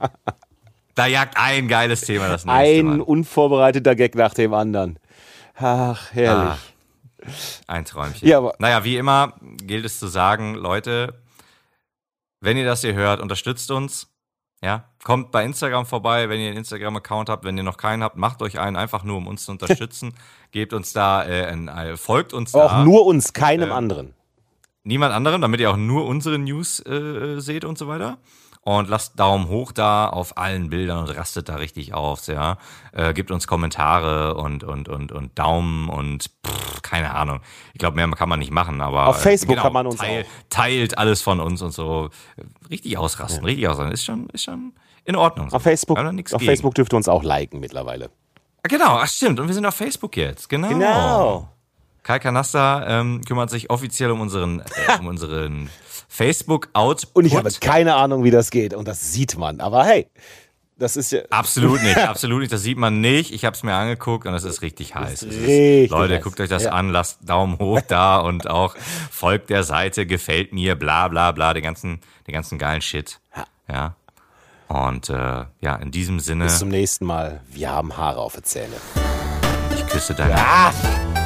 Da jagt ein geiles Thema das nächste Ein Mal. unvorbereiteter Gag nach dem anderen. Ach, herrlich. Ah, ein Träumchen. Ja, aber- naja, wie immer gilt es zu sagen, Leute, wenn ihr das hier hört, unterstützt uns. Ja, kommt bei Instagram vorbei, wenn ihr einen Instagram-Account habt. Wenn ihr noch keinen habt, macht euch einen, einfach nur, um uns zu unterstützen. Gebt uns da, äh, ein, äh, folgt uns Aber da. auch nur uns, keinem äh, anderen. Niemand anderem, damit ihr auch nur unsere News äh, seht und so weiter. Und lasst Daumen hoch da auf allen Bildern und rastet da richtig auf, ja. Äh, gebt uns Kommentare und und und und Daumen und pff, keine Ahnung. Ich glaube, mehr kann man nicht machen, aber Auf Facebook äh, genau, kann man uns teil, auch. Teilt alles von uns und so. Richtig ausrasten, richtig ausrasten. Ist schon, ist schon in Ordnung. So. Auf Facebook, Haben wir nichts auf gegen. Facebook dürft ihr uns auch liken mittlerweile. Ah, genau, ach stimmt. Und wir sind auf Facebook jetzt. Genau. Genau. Kai Kanasta ähm, kümmert sich offiziell um unseren, äh, um unseren Facebook-Output. Und ich habe keine Ahnung, wie das geht. Und das sieht man. Aber hey, das ist ja... Absolut nicht, absolut nicht. Das sieht man nicht. Ich habe es mir angeguckt und es ist richtig heiß. Es ist, richtig Leute, heiß. guckt euch das Ja. an, lasst Daumen hoch da und auch folgt der Seite, gefällt mir, bla bla bla, den ganzen, den ganzen geilen Shit. Ja. Und äh, ja, in diesem Sinne, Bis zum nächsten Mal. Wir haben Haare auf den Zähnen. ich küsse deine Ah!